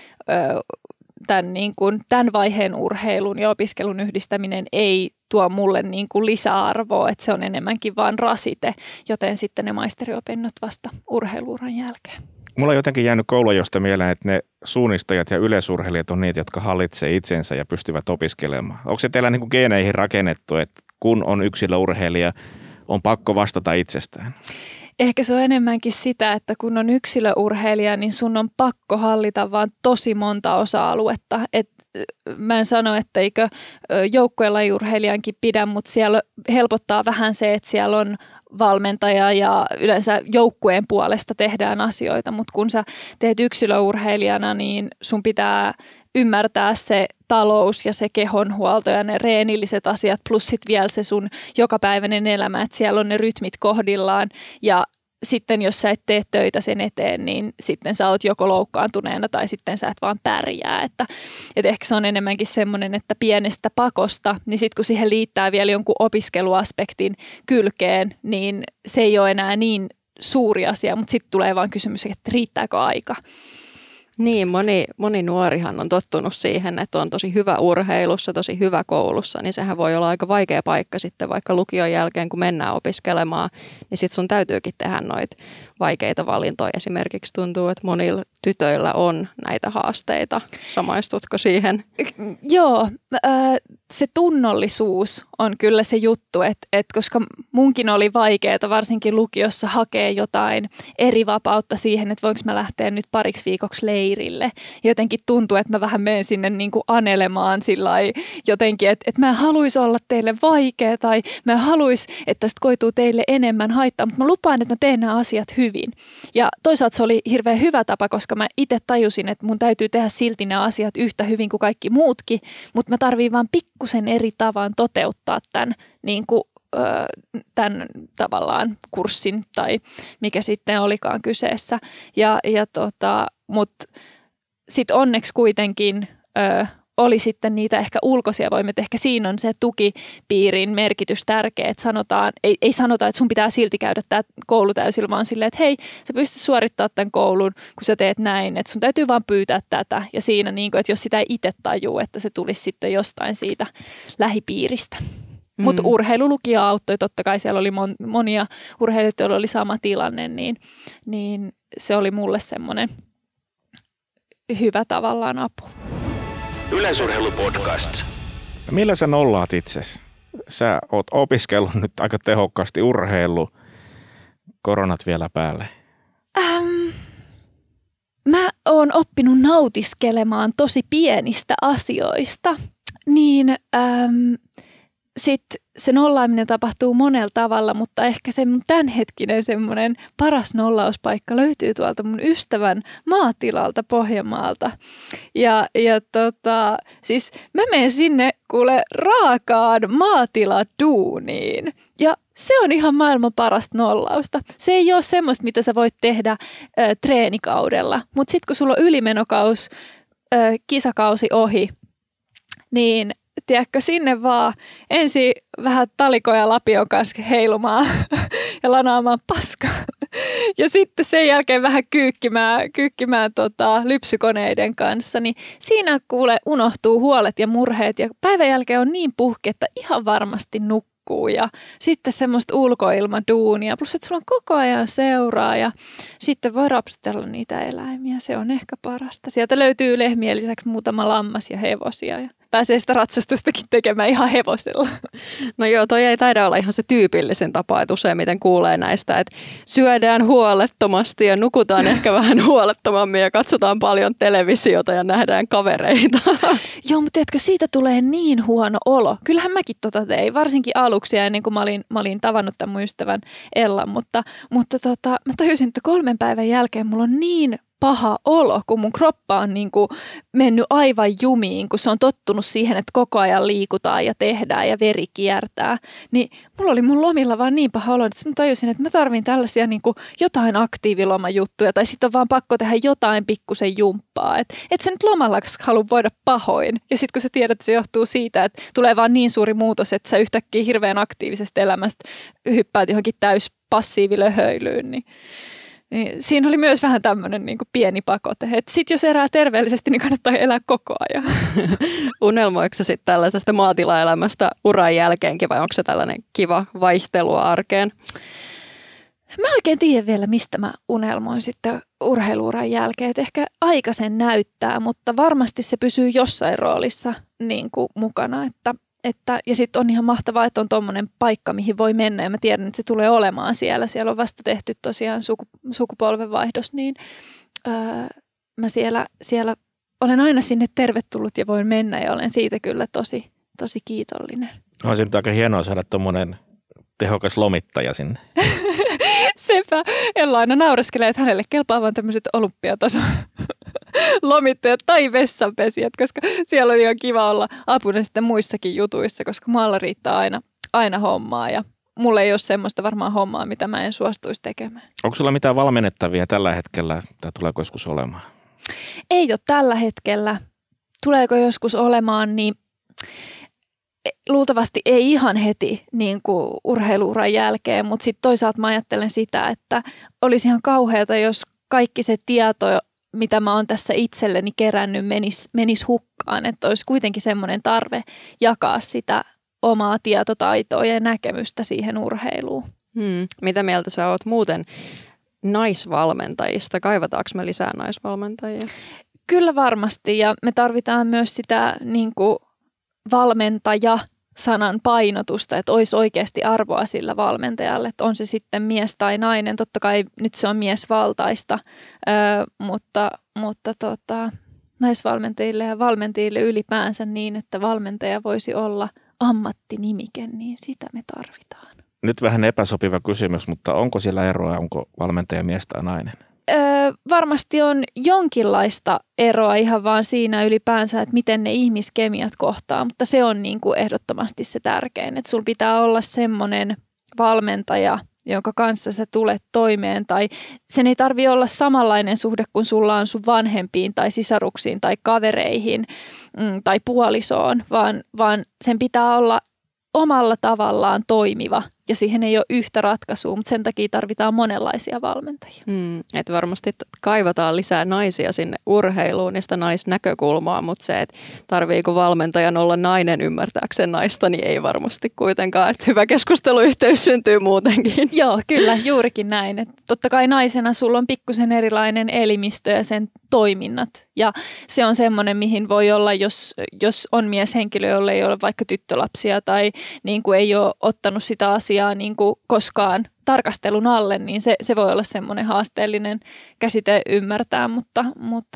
tämän vaiheen urheilun ja opiskelun yhdistäminen ei tuo mulle niin kuin lisäarvoa, että se on enemmänkin vaan rasite, joten sitten ne maisteriopinnot vasta urheiluuran jälkeen. Mulla on jotenkin jäänyt kouluajosta mieleen, että ne suunnistajat ja yleisurheilijat on niitä, jotka hallitsee itsensä ja pystyvät opiskelemaan. Onko se teillä niin kuin geeneihin rakennettu, että kun on yksilöurheilija, on pakko vastata itsestään? ehkä se on enemmänkin sitä, että kun on yksilöurheilija, niin sun on pakko hallita vaan tosi monta osa-aluetta. Mä en sano, että eikö joukkueen lajiurheilijankin pidä, mutta siellä helpottaa vähän se, että siellä on valmentaja ja yleensä joukkueen puolesta tehdään asioita, mutta kun sä teet yksilöurheilijana, niin sun pitää ymmärtää se talous ja se kehonhuolto ja ne reenilliset asiat, plus sitten vielä se sun jokapäiväinen elämä, että siellä on ne rytmit kohdillaan ja sitten jos sä et tee töitä sen eteen, niin sitten sä oot joko loukkaantuneena tai sitten sä et vaan pärjää. Että ehkä se on enemmänkin semmoinen, että pienestä pakosta, niin sitten kun siihen liittää vielä jonkun opiskeluaspektin kylkeen, niin se ei ole enää niin suuri asia, mutta sitten tulee vaan kysymys, että riittääkö aika. Niin, moni nuorihan on tottunut siihen, että on tosi hyvä urheilussa, tosi hyvä koulussa, niin sehän voi olla aika vaikea paikka sitten vaikka lukion jälkeen, kun mennään opiskelemaan, niin sitten sun täytyykin tehdä noita vaikeita valintoja. Esimerkiksi tuntuu, että monilla tytöillä on näitä haasteita. Samaistutko siihen? Joo, se tunnollisuus on kyllä se juttu, että koska munkin oli vaikeaa varsinkin lukiossa hakea jotain eri vapautta siihen, että voinko mä lähteä nyt pariksi viikoksi leirille. Jotenkin tuntuu, että mä vähän menen sinne niin kuin anelemaan sillai jotenkin, että mä en haluaisi olla teille vaikea tai mä en haluaisi, että tästä koituu teille enemmän haittaa, mutta mä lupaan, että mä teen nämä asiat hyvin. Ja toisaalta se oli hirveän hyvä tapa, koska mä itse tajusin, että mun täytyy tehdä silti nämä asiat yhtä hyvin kuin kaikki muutkin, mutta mä tarviin vaan pikkusen eri tavan toteuttaa tämän, niin kuin, tämän tavallaan kurssin tai mikä sitten olikaan kyseessä. Mutta sitten onneksi kuitenkin oli sitten niitä ehkä ulkoisia voimia, että ehkä siinä on se tukipiirin merkitys tärkeä, että ei sanota, että sun pitää silti käydä tämä koulu täysillä, vaan silleen, että hei, sä pystyt suorittamaan tämän koulun, kun sä teet näin, että sun täytyy vaan pyytää tätä ja siinä, niin kuin, että jos sitä ei itse tajuu, että se tulisi sitten jostain siitä lähipiiristä. Mutta urheilulukio auttoi, totta kai siellä oli monia urheilijoita, joilla oli sama tilanne, niin se oli mulle semmoinen hyvä tavallaan apu. Yleisurheilupodcast. Millä sä nollaat itsesi? Sä oot opiskellut nyt aika tehokkaasti urheilu, koronat vielä päälle. Mä oon oppinut nautiskelemaan tosi pienistä asioista, niin sitten se nollaaminen tapahtuu monella tavalla, mutta ehkä se mun tämänhetkinen semmoinen paras nollauspaikka löytyy tuolta mun ystävän maatilalta Pohjanmaalta. Siis mä menen sinne kuule raakaan maatiladuuniin ja se on ihan maailman parasta nollausta. Se ei ole semmoista, mitä sä voit tehdä treenikaudella, mutta sitten kun sulla on ylimenokaus, kisakausi ohi, niin tiedätkö, sinne vaan ensin vähän talikoja ja lapion kanssa heilumaan ja lanaamaan paskaa. Ja sitten sen jälkeen vähän kyykkimään lypsykoneiden kanssa. Niin siinä kuule unohtuu huolet ja murheet ja päivän jälkeen on niin puhki, että ihan varmasti nukkuu. Ja sitten semmoista ulkoilmaduunia, plus että sulla on koko ajan seuraa ja sitten voi rapsutella niitä eläimiä. Se on ehkä parasta. Sieltä löytyy lehmien lisäksi muutama lammas ja hevosia ja pääsee sitä ratsastustakin tekemään ihan hevosella. No joo, toi ei taida olla ihan se tyypillisin tapa, että useimmiten kuulee näistä, että syödään huolettomasti ja nukutaan ehkä vähän huolettomammin ja katsotaan paljon televisiota ja nähdään kavereita. Joo, mutta tiedätkö, siitä tulee niin huono olo. Kyllähän mäkin tein, varsinkin aluksi ennen kuin mä olin tavannut tämän mun ystävän Ellan, mutta mä tajusin, että 3 päivän jälkeen mulla on niin paha olo, kun mun kroppa on niin kuin mennyt aivan jumiin, kun se on tottunut siihen, että koko ajan liikutaan ja tehdään ja veri kiertää. Niin mulla oli mun lomilla vaan niin paha olo, että mä tajusin, että mä tarvin tällaisia niin kuin jotain aktiivilomajuttuja tai sitten on vaan pakko tehdä jotain pikkusen jumppaa. Että sä nyt lomalla halua voida pahoin. Ja sitten kun sä tiedät, että se johtuu siitä, että tulee vaan niin suuri muutos, että sä yhtäkkiä hirveän aktiivisesta elämästä hyppäät johonkin täyspassiivilöhöilyyn, niin siinä oli myös vähän tämmöinen niin kuin pieni pakote. Sitten jos elää terveellisesti, niin kannattaa elää koko ajan. Unelmoiko sä sitten tällaisesta maatilaelämästä uran jälkeenkin vai onko se tällainen kiva vaihtelua arkeen? Mä oikein tiedän vielä, mistä mä unelmoin sitten urheiluuran jälkeen. Et ehkä aika sen näyttää, mutta varmasti se pysyy jossain roolissa niin kuin mukana. ja sitten on ihan mahtavaa, että on tuommoinen paikka, mihin voi mennä ja mä tiedän, että se tulee olemaan siellä. Siellä on vasta tehty tosiaan sukupolvenvaihdos, niin mä siellä olen aina sinne tervetullut ja voin mennä ja olen siitä kyllä tosi kiitollinen. On se nyt aika hienoa saada tuommoinen tehokas lomittaja sinne. Sepä. Ella aina naureskelee, että hänelle kelpaa vaan tämmöiset olympiatason lomittajat tai vessanpesijät, koska siellä on ihan kiva olla apuna sitten muissakin jutuissa, koska maalla riittää aina hommaa ja mulla ei ole semmoista varmaan hommaa, mitä mä en suostuisi tekemään. Onko sulla mitään valmennettavia tällä hetkellä tai tuleeko joskus olemaan? Ei ole tällä hetkellä. Tuleeko joskus olemaan, niin luultavasti ei ihan heti niin kuin urheiluuran jälkeen, mutta sitten toisaalta mä ajattelen sitä, että olisi ihan kauheata, jos kaikki se tieto, mitä mä oon tässä itselleni kerännyt, menisi hukkaan. Että olisi kuitenkin semmoinen tarve jakaa sitä omaa tietotaitoa ja näkemystä siihen urheiluun. Mitä mieltä sä oot muuten naisvalmentajista? Kaivataanko me lisää naisvalmentajia? Kyllä varmasti ja me tarvitaan myös sitä niin kuin valmentaja-sanan painotusta, että olisi oikeasti arvoa sillä valmentajalle, että on se sitten mies tai nainen. Totta kai nyt se on miesvaltaista, mutta naisvalmentajille ja valmentajille ylipäänsä niin, että valmentaja voisi olla ammattinimike, niin sitä me tarvitaan. Nyt vähän epäsopiva kysymys, mutta onko siellä eroa, onko valmentaja mies tai nainen? Varmasti on jonkinlaista eroa ihan vaan siinä ylipäänsä, että miten ne ihmiskemiat kohtaa, mutta se on niin kuin ehdottomasti se tärkein, että sulla pitää olla semmoinen valmentaja, jonka kanssa sä tulet toimeen, tai sen ei tarvitse olla samanlainen suhde kuin sulla on sun vanhempiin tai sisaruksiin tai kavereihin tai puolisoon, vaan sen pitää olla omalla tavallaan toimiva ja siihen ei ole yhtä ratkaisua, mutta sen takia tarvitaan monenlaisia valmentajia. Että varmasti kaivataan lisää naisia sinne urheiluun ja sitä naisnäkökulmaa, mutta se, että tarviiko valmentajan olla nainen ymmärtääkseen naista, niin ei varmasti kuitenkaan. Että hyvä keskusteluyhteys syntyy muutenkin. Joo, kyllä, juurikin näin. Että totta kai naisena sulla on pikkusen erilainen elimistö ja sen toiminnat. Ja se on semmoinen, mihin voi olla, jos on mieshenkilö, jolla ei ole vaikka tyttölapsia tai niin kuin ei ole ottanut sitä asiaa niin kuin koskaan tarkastelun alle, niin se voi olla semmoinen haasteellinen käsite ymmärtää, mutta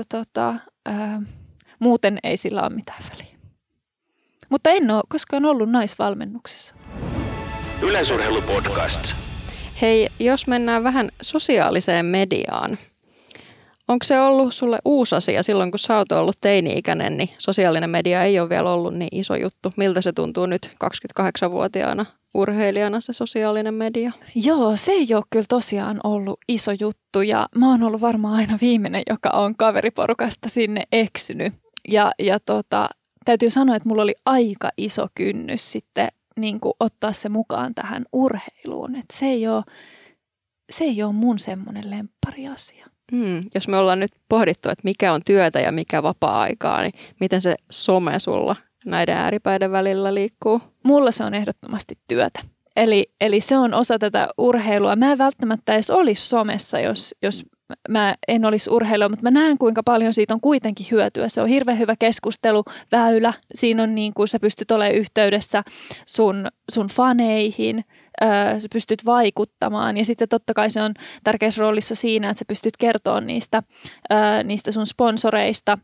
muuten ei sillä ole mitään väliä. Mutta en ole koskaan ollut naisvalmennuksessa. Yleisurheilupodcast. Hei, jos mennään vähän sosiaaliseen mediaan. Onko se ollut sulle uusi asia silloin, kun sä oot ollut teini-ikäinen, niin sosiaalinen media ei ole vielä ollut niin iso juttu. Miltä se tuntuu nyt 28-vuotiaana urheilijana se sosiaalinen media? Joo, se ei ole kyllä tosiaan ollut iso juttu ja mä oon ollut varmaan aina viimeinen, joka on kaveriporukasta sinne eksynyt. Ja täytyy sanoa, että mulla oli aika iso kynnys sitten niin kuin ottaa se mukaan tähän urheiluun. Et se ei ole mun semmoinen lemppariasia. Jos me ollaan nyt pohdittu, että mikä on työtä ja mikä vapaa-aikaa, niin miten se some sulla näiden ääripäiden välillä liikkuu? Mulla se on ehdottomasti työtä. Eli se on osa tätä urheilua. Mä en välttämättä edes olisi somessa, jos mä en olisi urheilua, mutta mä näen, kuinka paljon siitä on kuitenkin hyötyä. Se on hirveän hyvä keskusteluväylä. Siinä on niin kuin sä pystyt olemaan yhteydessä sun faneihin, sä pystyt vaikuttamaan ja sitten totta kai se on tärkeässä roolissa siinä, että sä pystyt kertoa niistä sun sponsoreista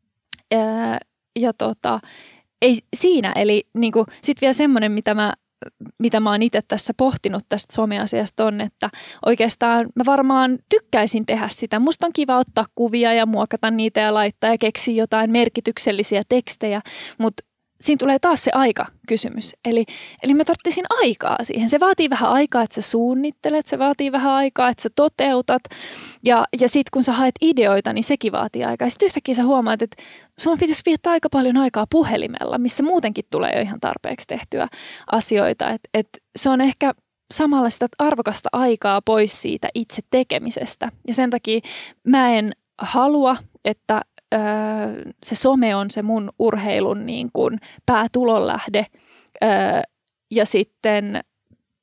ei siinä, eli niin kuin, sit vielä semmoinen, mitä mä oon itse tässä pohtinut tästä someasiasta on, että oikeastaan mä varmaan tykkäisin tehdä sitä. Musta on kiva ottaa kuvia ja muokata niitä ja laittaa ja keksiä jotain merkityksellisiä tekstejä, mutta siinä tulee taas se aikakysymys. Eli mä tarvitsin aikaa siihen. Se vaatii vähän aikaa, että sä suunnittelet, se vaatii vähän aikaa, että sä toteutat. Ja sitten kun sä haet ideoita, niin sekin vaatii aikaa. Sitten yhtäkkiä sä huomaat, että sun pitäisi viettää aika paljon aikaa puhelimella, missä muutenkin tulee jo ihan tarpeeksi tehtyä asioita. Et se on ehkä samalla sitä arvokasta aikaa pois siitä itse tekemisestä. Ja sen takia mä en halua, että se some on se mun urheilun niin kuin päätulonlähde ja sitten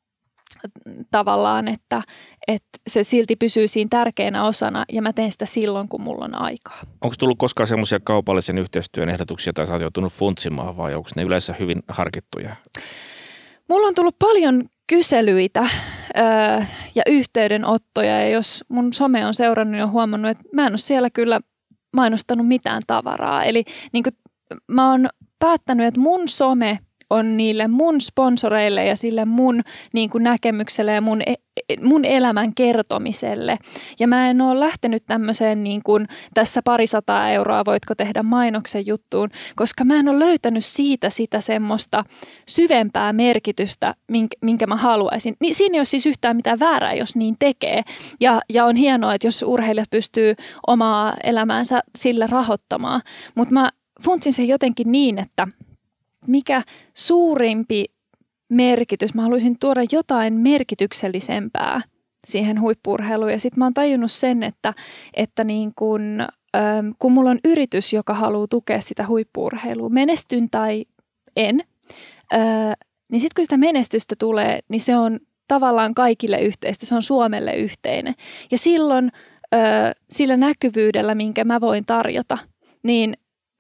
tavallaan, että se silti pysyy siinä tärkeänä osana ja mä teen sitä silloin, kun mulla on aikaa. Onko tullut koskaan semmoisia kaupallisen yhteistyön ehdotuksia, tai sä oot joutunut funtsimaan, vai onko ne yleensä hyvin harkittuja? Mulla on tullut paljon kyselyitä ja yhteydenottoja, ja jos mun some on seurannut, niin on huomannut, että mä en ole siellä kyllä mainostanut mitään tavaraa. Eli niin kuin mä oon päättänyt, että mun some on niille mun sponsoreille ja sille mun niin kuin näkemykselle ja mun elämän kertomiselle. Ja mä en ole lähtenyt tämmöiseen niin kuin tässä 200 euroa voitko tehdä mainoksen juttuun, koska mä en ole löytänyt siitä sitä semmoista syvempää merkitystä, minkä mä haluaisin. Niin siinä ei ole siis yhtään mitään väärää, jos niin tekee. Ja on hienoa, että jos urheilijat pystyy omaa elämäänsä sillä rahoittamaan. Mutta mä funtsin sen jotenkin niin, että mikä suurimpi merkitys, mä haluaisin tuoda jotain merkityksellisempää siihen huippu-urheiluun. Ja sitten mä oon tajunnut sen, että niin kun mulla on yritys, joka haluaa tukea sitä huippu-urheilua, menestyn tai en, niin sitten kun sitä menestystä tulee, niin se on tavallaan kaikille yhteistä, se on Suomelle yhteinen. Ja silloin sillä näkyvyydellä, minkä mä voin tarjota, niin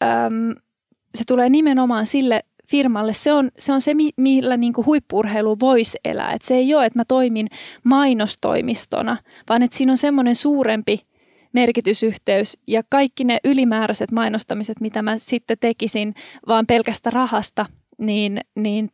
se tulee nimenomaan sille firmalle. Se on se, millä niin kuin huippu-urheilu voisi elää. Et se ei ole, että mä toimin mainostoimistona, vaan että siinä on semmoinen suurempi merkitysyhteys ja kaikki ne ylimääräiset mainostamiset, mitä mä sitten tekisin vaan pelkästä rahasta, niin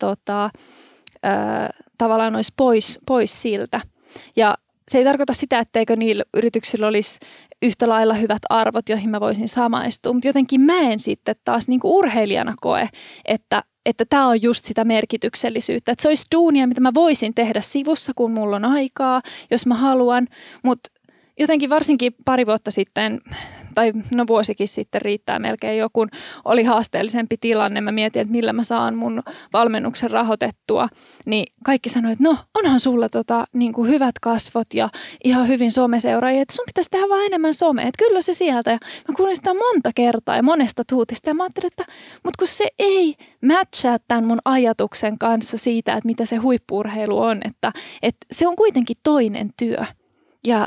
tavallaan olisi pois siltä. Ja se ei tarkoita sitä, etteikö niillä yrityksillä olisi yhtä lailla hyvät arvot, joihin mä voisin samaistua, mutta jotenkin mä en sitten taas niin kuin urheilijana koe, että tämä on just sitä merkityksellisyyttä. Että se olisi duunia, mitä mä voisin tehdä sivussa, kun mulla on aikaa, jos mä haluan, mutta jotenkin varsinkin pari vuotta sitten, tai no vuosikin sitten riittää melkein joku, oli haasteellisempi tilanne. Mä mietin, että millä mä saan mun valmennuksen rahoitettua. Niin kaikki sanoivat, että no onhan sulla niin kuin hyvät kasvot ja ihan hyvin someseuraajia, että sun pitäisi tehdä vaan enemmän somea. Että kyllä se sieltä. Ja mä kuulin sitä monta kertaa ja monesta tuutista. Ja mä ajattelin, että mutta kun se ei matchaa tämän mun ajatuksen kanssa siitä, että mitä se huippu-urheilu on. Että se on kuitenkin toinen työ. Ja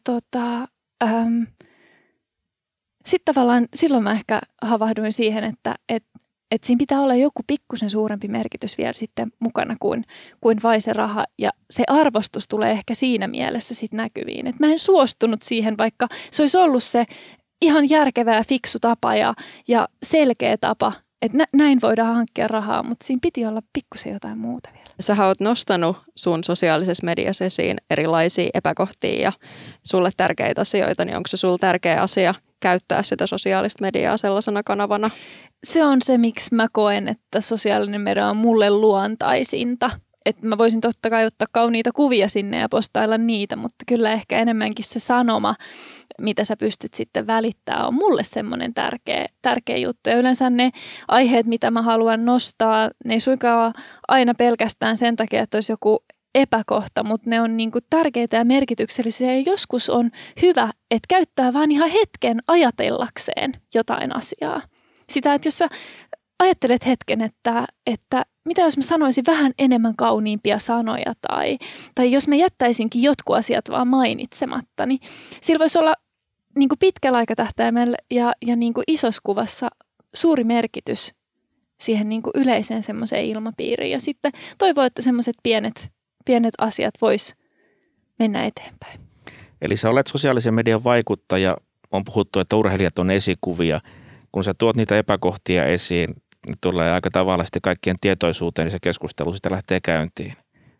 sitten tavallaan silloin mä ehkä havahduin siihen, että siinä pitää olla joku pikkusen suurempi merkitys vielä sitten mukana kuin vain se raha. Ja se arvostus tulee ehkä siinä mielessä sitten näkyviin. Et mä en suostunut siihen, vaikka se olisi ollut se ihan järkevä ja fiksu tapa ja selkeä tapa, että näin voidaan hankkia rahaa, mutta siinä piti olla pikkusen jotain muuta vielä. Sähän oot nostanut sun sosiaalisessa mediassa esiin erilaisia epäkohtia ja sulle tärkeitä asioita, niin onko se sulle tärkeä asia käyttää sitä sosiaalista mediaa sellaisena kanavana? Se on se, miksi mä koen, että sosiaalinen media on mulle luontaisinta. Että mä voisin totta kai ottaa kauniita kuvia sinne ja postailla niitä, mutta kyllä ehkä enemmänkin se sanoma, mitä sä pystyt sitten välittämään, on mulle semmoinen tärkeä juttu. Ja yleensä ne aiheet, mitä mä haluan nostaa, ne ei suinkaan aina pelkästään sen takia, että olisi joku epäkohta, mutta ne on niinku tärkeitä ja merkityksellisiä. Ja joskus on hyvä, että käyttää vaan ihan hetken ajatellakseen jotain asiaa. Sitä, että jos sä ajattelet hetken, että mitä jos mä sanoisin vähän enemmän kauniimpia sanoja tai jos mä jättäisinkin jotkut asiat vaan mainitsematta, niin sillä voisi olla niin kuin pitkällä aikatähtäimellä ja niin kuin isossa kuvassa suuri merkitys siihen niin kuin yleiseen semmoiseen ilmapiiriin. Ja sitten toivon, että semmoiset pienet asiat vois mennä eteenpäin. Eli sä olet sosiaalisen median vaikuttaja. On puhuttu, että urheilijat on esikuvia. Kun sä tuot niitä epäkohtia esiin, niin tulee aika tavallisesti kaikkien tietoisuuteen, niin se keskustelu sitä lähtee käyntiin.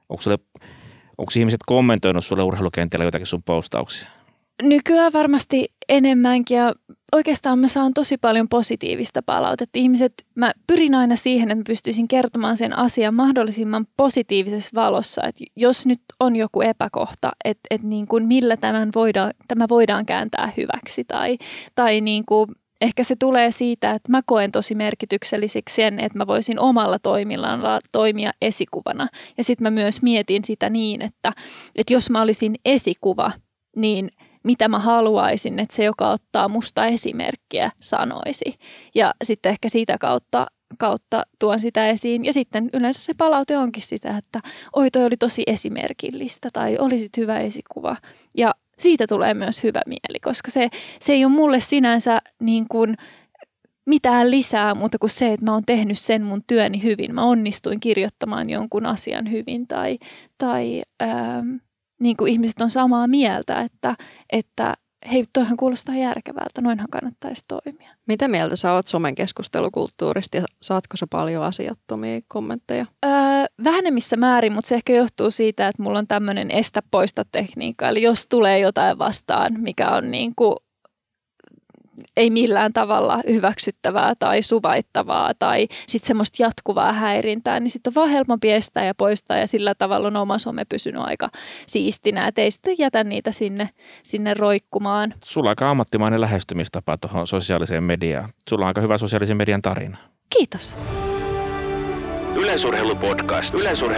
Onko ihmiset kommentoinut sulle urheilukentällä jotakin sun postauksia? Nykyään varmasti enemmänkin ja oikeastaan mä saan tosi paljon positiivista palautetta. Mä pyrin aina siihen, että mä pystyisin kertomaan sen asian mahdollisimman positiivisessa valossa. Että jos nyt on joku epäkohta, että niin kuin millä tämä voidaan kääntää hyväksi tai niin kuin ehkä se tulee siitä, että mä koen tosi merkitykselliseksi sen, että mä voisin omalla toimillaan toimia esikuvana. Ja sitten mä myös mietin sitä niin, että jos mä olisin esikuva, niin mitä mä haluaisin, että se, joka ottaa musta esimerkkiä, sanoisi. Ja sitten ehkä siitä kautta tuon sitä esiin. Ja sitten yleensä se palaute onkin sitä, että oi toi oli tosi esimerkillistä tai olisit hyvä esikuva. Ja siitä tulee myös hyvä mieli, koska se ei ole mulle sinänsä niin kuin mitään lisää muuta kuin se, että mä oon tehnyt sen mun työni hyvin. Mä onnistuin kirjoittamaan jonkun asian hyvin tai niin kuin ihmiset on samaa mieltä, että hei, toihan kuulostaa järkevältä, noinhan kannattaisi toimia. Mitä mieltä sä oot somen keskustelukulttuurista ja saatko sä paljon asiattomia kommentteja? Vähenemmissä määrin, mutta se ehkä johtuu siitä, että mulla on tämmöinen estä-poista-tekniikka. Eli jos tulee jotain vastaan, mikä on niin kuin ei millään tavalla hyväksyttävää tai suvaittavaa tai sitten semmoista jatkuvaa häirintää, niin sitten on vaan helpompi estää ja poistaa ja sillä tavalla on oma some pysynyt aika siistinä, että ei sitten jätä niitä sinne roikkumaan. Sulla on aika ammattimainen lähestymistapa tuohon sosiaaliseen mediaan. Sulla on aika hyvä sosiaalisen median tarina. Kiitos. Yleisurheilupodcast.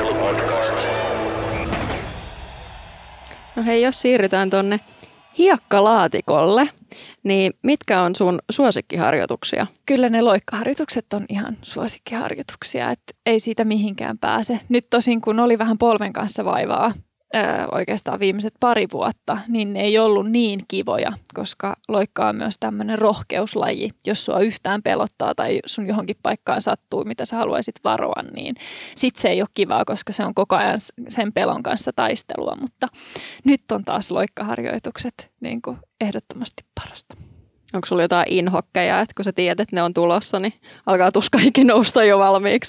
No hei, jos siirrytään tonne hiekkalaatikolle, niin mitkä on sun suosikkiharjoituksia? Kyllä ne loikkaharjoitukset on ihan suosikkiharjoituksia, että ei siitä mihinkään pääse. Nyt tosin kun oli vähän polven kanssa vaivaa oikeastaan viimeiset 2 vuotta, niin ne ei ollut niin kivoja, koska loikka on myös tämmöinen rohkeuslaji. Jos sua yhtään pelottaa tai sun johonkin paikkaan sattuu, mitä sä haluaisit varoa, niin sit se ei ole kivaa, koska se on koko ajan sen pelon kanssa taistelua. Mutta nyt on taas loikkaharjoitukset niin kuin ehdottomasti parasta. Onko sulla jotain inhokkeja, että kun sä tiedät, että ne on tulossa, niin alkaa tuskaikin nousta jo valmiiksi?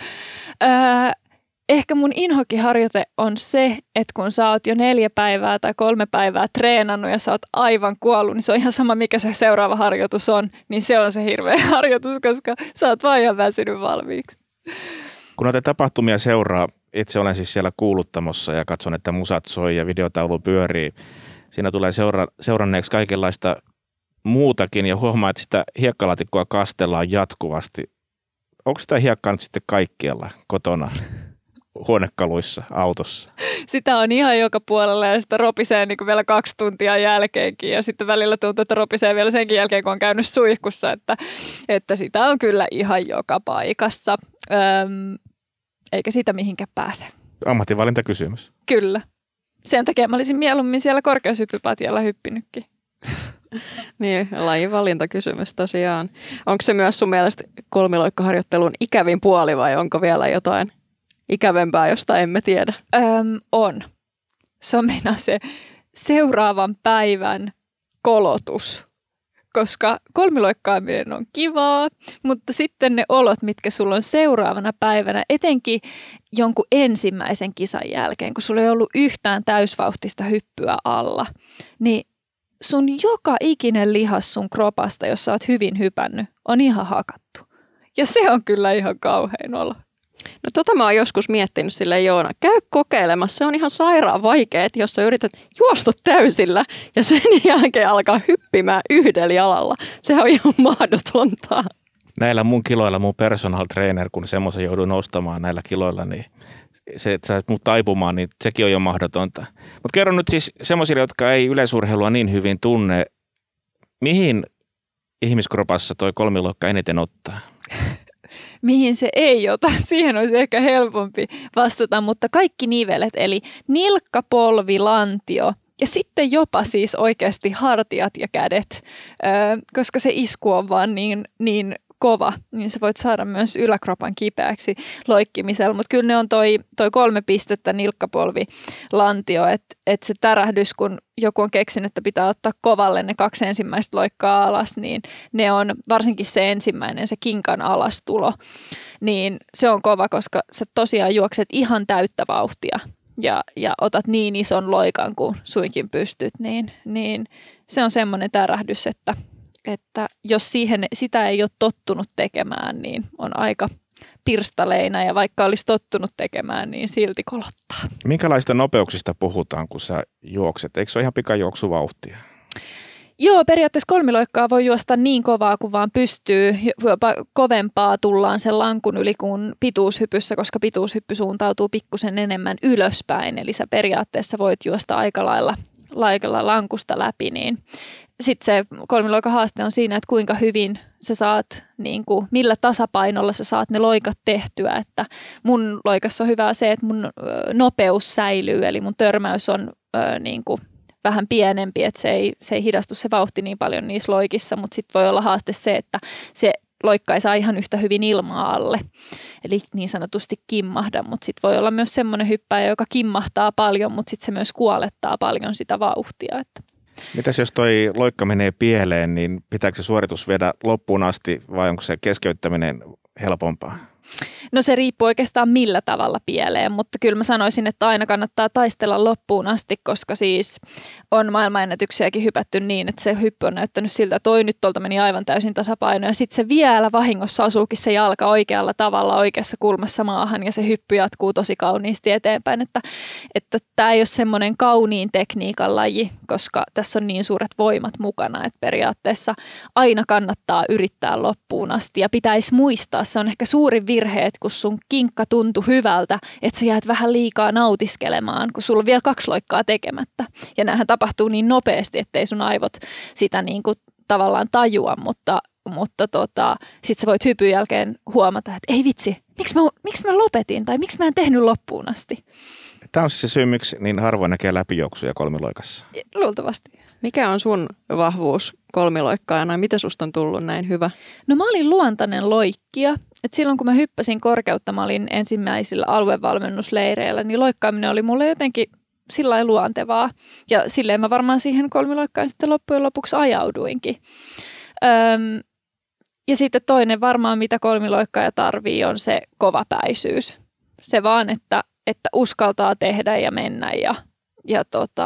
Ehkä mun inhokkiharjoite on se, että kun sä oot jo 4 päivää tai 3 päivää treenannut ja sä oot aivan kuollut, niin se on ihan sama, mikä se seuraava harjoitus on, niin se on se hirveä harjoitus, koska sä oot vaan ihan väsynyt valmiiksi. Kun noita tapahtumia seuraa, itse olen siis siellä kuuluttamossa ja katson, että musat soi ja videotaulu pyörii. Siinä tulee seuranneeksi kaikenlaista muutakin ja huomaa, että sitä hiekkalaatikkoa kastellaan jatkuvasti. Onko sitä hiekkaa nyt sitten kaikkialla kotona? Huonekaluissa, autossa. Sitä on ihan joka puolella ja sitä ropisee niin kuin vielä 2 tuntia jälkeenkin ja sitten välillä tuntuu, että ropisee vielä senkin jälkeen, kun on käynyt suihkussa, että sitä on kyllä ihan joka paikassa, eikä siitä mihinkään pääse. Ammatinvalintakysymys. Kyllä. Sen takia mä olisin mieluummin siellä korkeushyppypatjalla hyppinytkin. Niin, lajin valintakysymys tosiaan. Onko se myös sun mielestä kolmiloikkaharjoittelun ikävin puoli vai onko vielä jotain ikävempää, josta emme tiedä? On. Se on meinaa se seuraavan päivän kolotus, koska kolmiloikkaaminen on kivaa, mutta sitten ne olot, mitkä sulla on seuraavana päivänä, etenkin jonkun ensimmäisen kisan jälkeen, kun sulla ei ollut yhtään täysvauhtista hyppyä alla, niin sun joka ikinen lihas sun kropasta, jos sä oot hyvin hypännyt, on ihan hakattu. Ja se on kyllä ihan kauhein olo. No tota mä oon joskus miettinyt silleen, Joona, käy kokeilemassa. Se on ihan sairaan vaikea, jos sä yrität juosta täysillä ja sen jälkeen alkaa hyppimään yhdellä jalalla. Sehän on ihan mahdotonta. Näillä mun kiloilla mun personal trainer, kun semmoisen joudun nostamaan näillä kiloilla, niin se, että sä mut taipumaan, niin sekin on jo mahdotonta. Mutta kerron nyt siis semmoisille, jotka ei yleisurheilua niin hyvin tunne, mihin ihmiskropassa toi kolmiloikka eniten ottaa? Mihin se ei ota, siihen olisi ehkä helpompi vastata, mutta kaikki nivelet, eli nilkka, polvi, lantio ja sitten jopa siis oikeasti hartiat ja kädet, koska se isku on vaan niin kova, niin sä voit saada myös yläkropan kipeäksi loikkimisella, mutta kyllä ne on toi 3 pistettä nilkkapolvi lantio, että se tärähdys, kun joku on keksinyt, että pitää ottaa kovalle ne 2 ensimmäistä loikkaa alas, niin ne on varsinkin se ensimmäinen, se kinkan alastulo, niin se on kova, koska sä tosiaan juokset ihan täyttä vauhtia ja otat niin ison loikan kuin suinkin pystyt, niin se on semmoinen tärähdys, että jos sitä ei ole tottunut tekemään, niin on aika pirstaleina ja vaikka olisi tottunut tekemään, niin silti kolottaa. Minkälaista nopeuksista puhutaan, kun sä juokset? Eikö se ole ihan pikajuoksuvauhtia? Joo, periaatteessa kolmiloikkaa voi juosta niin kovaa kuin vaan pystyy. Jopa kovempaa tullaan sen lankun yli kuin pituushypyssä, koska pituushyppy suuntautuu pikkusen enemmän ylöspäin. Eli sä periaatteessa voit juosta aika lailla laikella lankusta läpi, niin sitten se kolmiloikan haaste on siinä, että kuinka hyvin sä saat, niin kuin, millä tasapainolla sä saat ne loikat tehtyä. Että mun loikassa on hyvää se, että mun nopeus säilyy, eli mun törmäys on niin kuin vähän pienempi, että se ei hidastu se vauhti niin paljon niissä loikissa, mutta sitten voi olla haaste se, että se loikka ei saa ihan yhtä hyvin ilmaa alle, eli niin sanotusti kimmahda, mutta sitten voi olla myös semmoinen hyppäjä, joka kimmahtaa paljon, mutta sitten se myös kuolettaa paljon sitä vauhtia. Että. Mitäs jos toi loikka menee pieleen, niin pitääkö se suoritus viedä loppuun asti vai onko se keskeyttäminen helpompaa? No se riippuu oikeastaan millä tavalla pieleen, mutta kyllä mä sanoisin, että aina kannattaa taistella loppuun asti, koska siis on maailmanennätyksiäkin hypätty niin, että se hyppy on näyttänyt siltä, että toi nyt tuolta meni aivan täysin tasapaino ja sitten se vielä vahingossa asuukin se jalka oikealla tavalla oikeassa kulmassa maahan ja se hyppy jatkuu tosi kauniisti eteenpäin, että tämä ei ole semmoinen kauniin tekniikan laji, koska tässä on niin suuret voimat mukana, että periaatteessa aina kannattaa yrittää loppuun asti ja pitäisi muistaa, se on ehkä suurin virhe, että kun sun kinkka tuntui hyvältä, että sä jäät vähän liikaa nautiskelemaan, kun sulla on vielä 2 loikkaa tekemättä. Ja näähän tapahtuu niin nopeasti, ettei sun aivot sitä niin kuin tavallaan tajua, mutta sit sä voit hypyn jälkeen huomata, että ei vitsi, miksi mä lopetin tai miksi mä en tehnyt loppuun asti. Tämä on siis se syy, miksi niin harvoin näkee läpijuoksuja kolmiloikassa. Luultavasti. Mikä on sun vahvuus kolmiloikkaajana? Miten susta on tullut näin hyvä? No mä olin luontainen loikkija. Et silloin kun mä hyppäsin korkeutta, mä olin ensimmäisillä aluevalmennusleireillä, niin loikkaaminen oli mulle jotenkin sillä lailla luontevaa. Ja silleen mä varmaan siihen kolmiloikkaan sitten loppujen lopuksi ajauduinkin. Ja sitten toinen varmaan, mitä kolmiloikkaaja tarvii, on se kovapäisyys. Se vaan, että uskaltaa tehdä ja mennä ja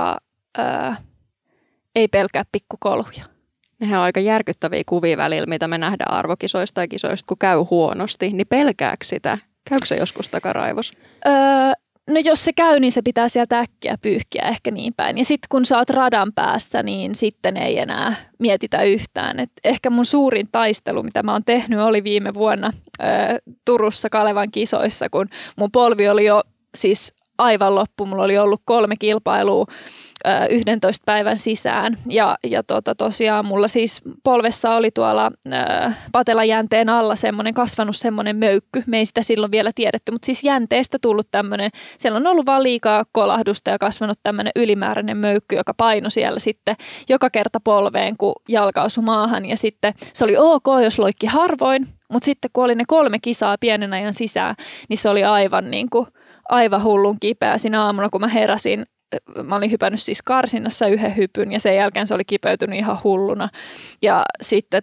ei pelkää pikkukolhuja. Nehän on aika järkyttäviä kuvia välillä, mitä me nähdään arvokisoista ja kisoista, kun käy huonosti. Niin pelkääkö sitä? Käykö se joskus takaraivos? No jos se käy, niin se pitää sieltä äkkiä pyyhkiä ehkä niin päin. Ja sitten kun sä oot radan päässä, niin sitten ei enää mietitä yhtään. Et ehkä mun suurin taistelu, mitä mä oon tehnyt, oli viime vuonna Turussa Kalevan kisoissa, kun mun polvi oli jo siis aivan loppu. Mulla oli ollut 3 kilpailua 11 päivän sisään ja tosiaan mulla siis polvessa oli tuolla patelajänteen alla kasvanut semmoinen möykky. Me ei sitä silloin vielä tiedetty, mutta siis jänteestä tullut tämmöinen, siellä on ollut vaan liikaa kolahdusta ja kasvanut tämmöinen ylimääräinen möykky, joka painoi siellä sitten joka kerta polveen, kun jalka osui maahan ja sitten se oli ok, jos loikki harvoin, mutta sitten kun oli ne 3 kisaa pienen ajan sisään, niin se oli aivan hullun kipeä siinä aamuna, kun mä heräsin. Mä olin hypännyt siis karsinnassa 1 hypyn ja sen jälkeen se oli kipeytynyt ihan hulluna. Ja sitten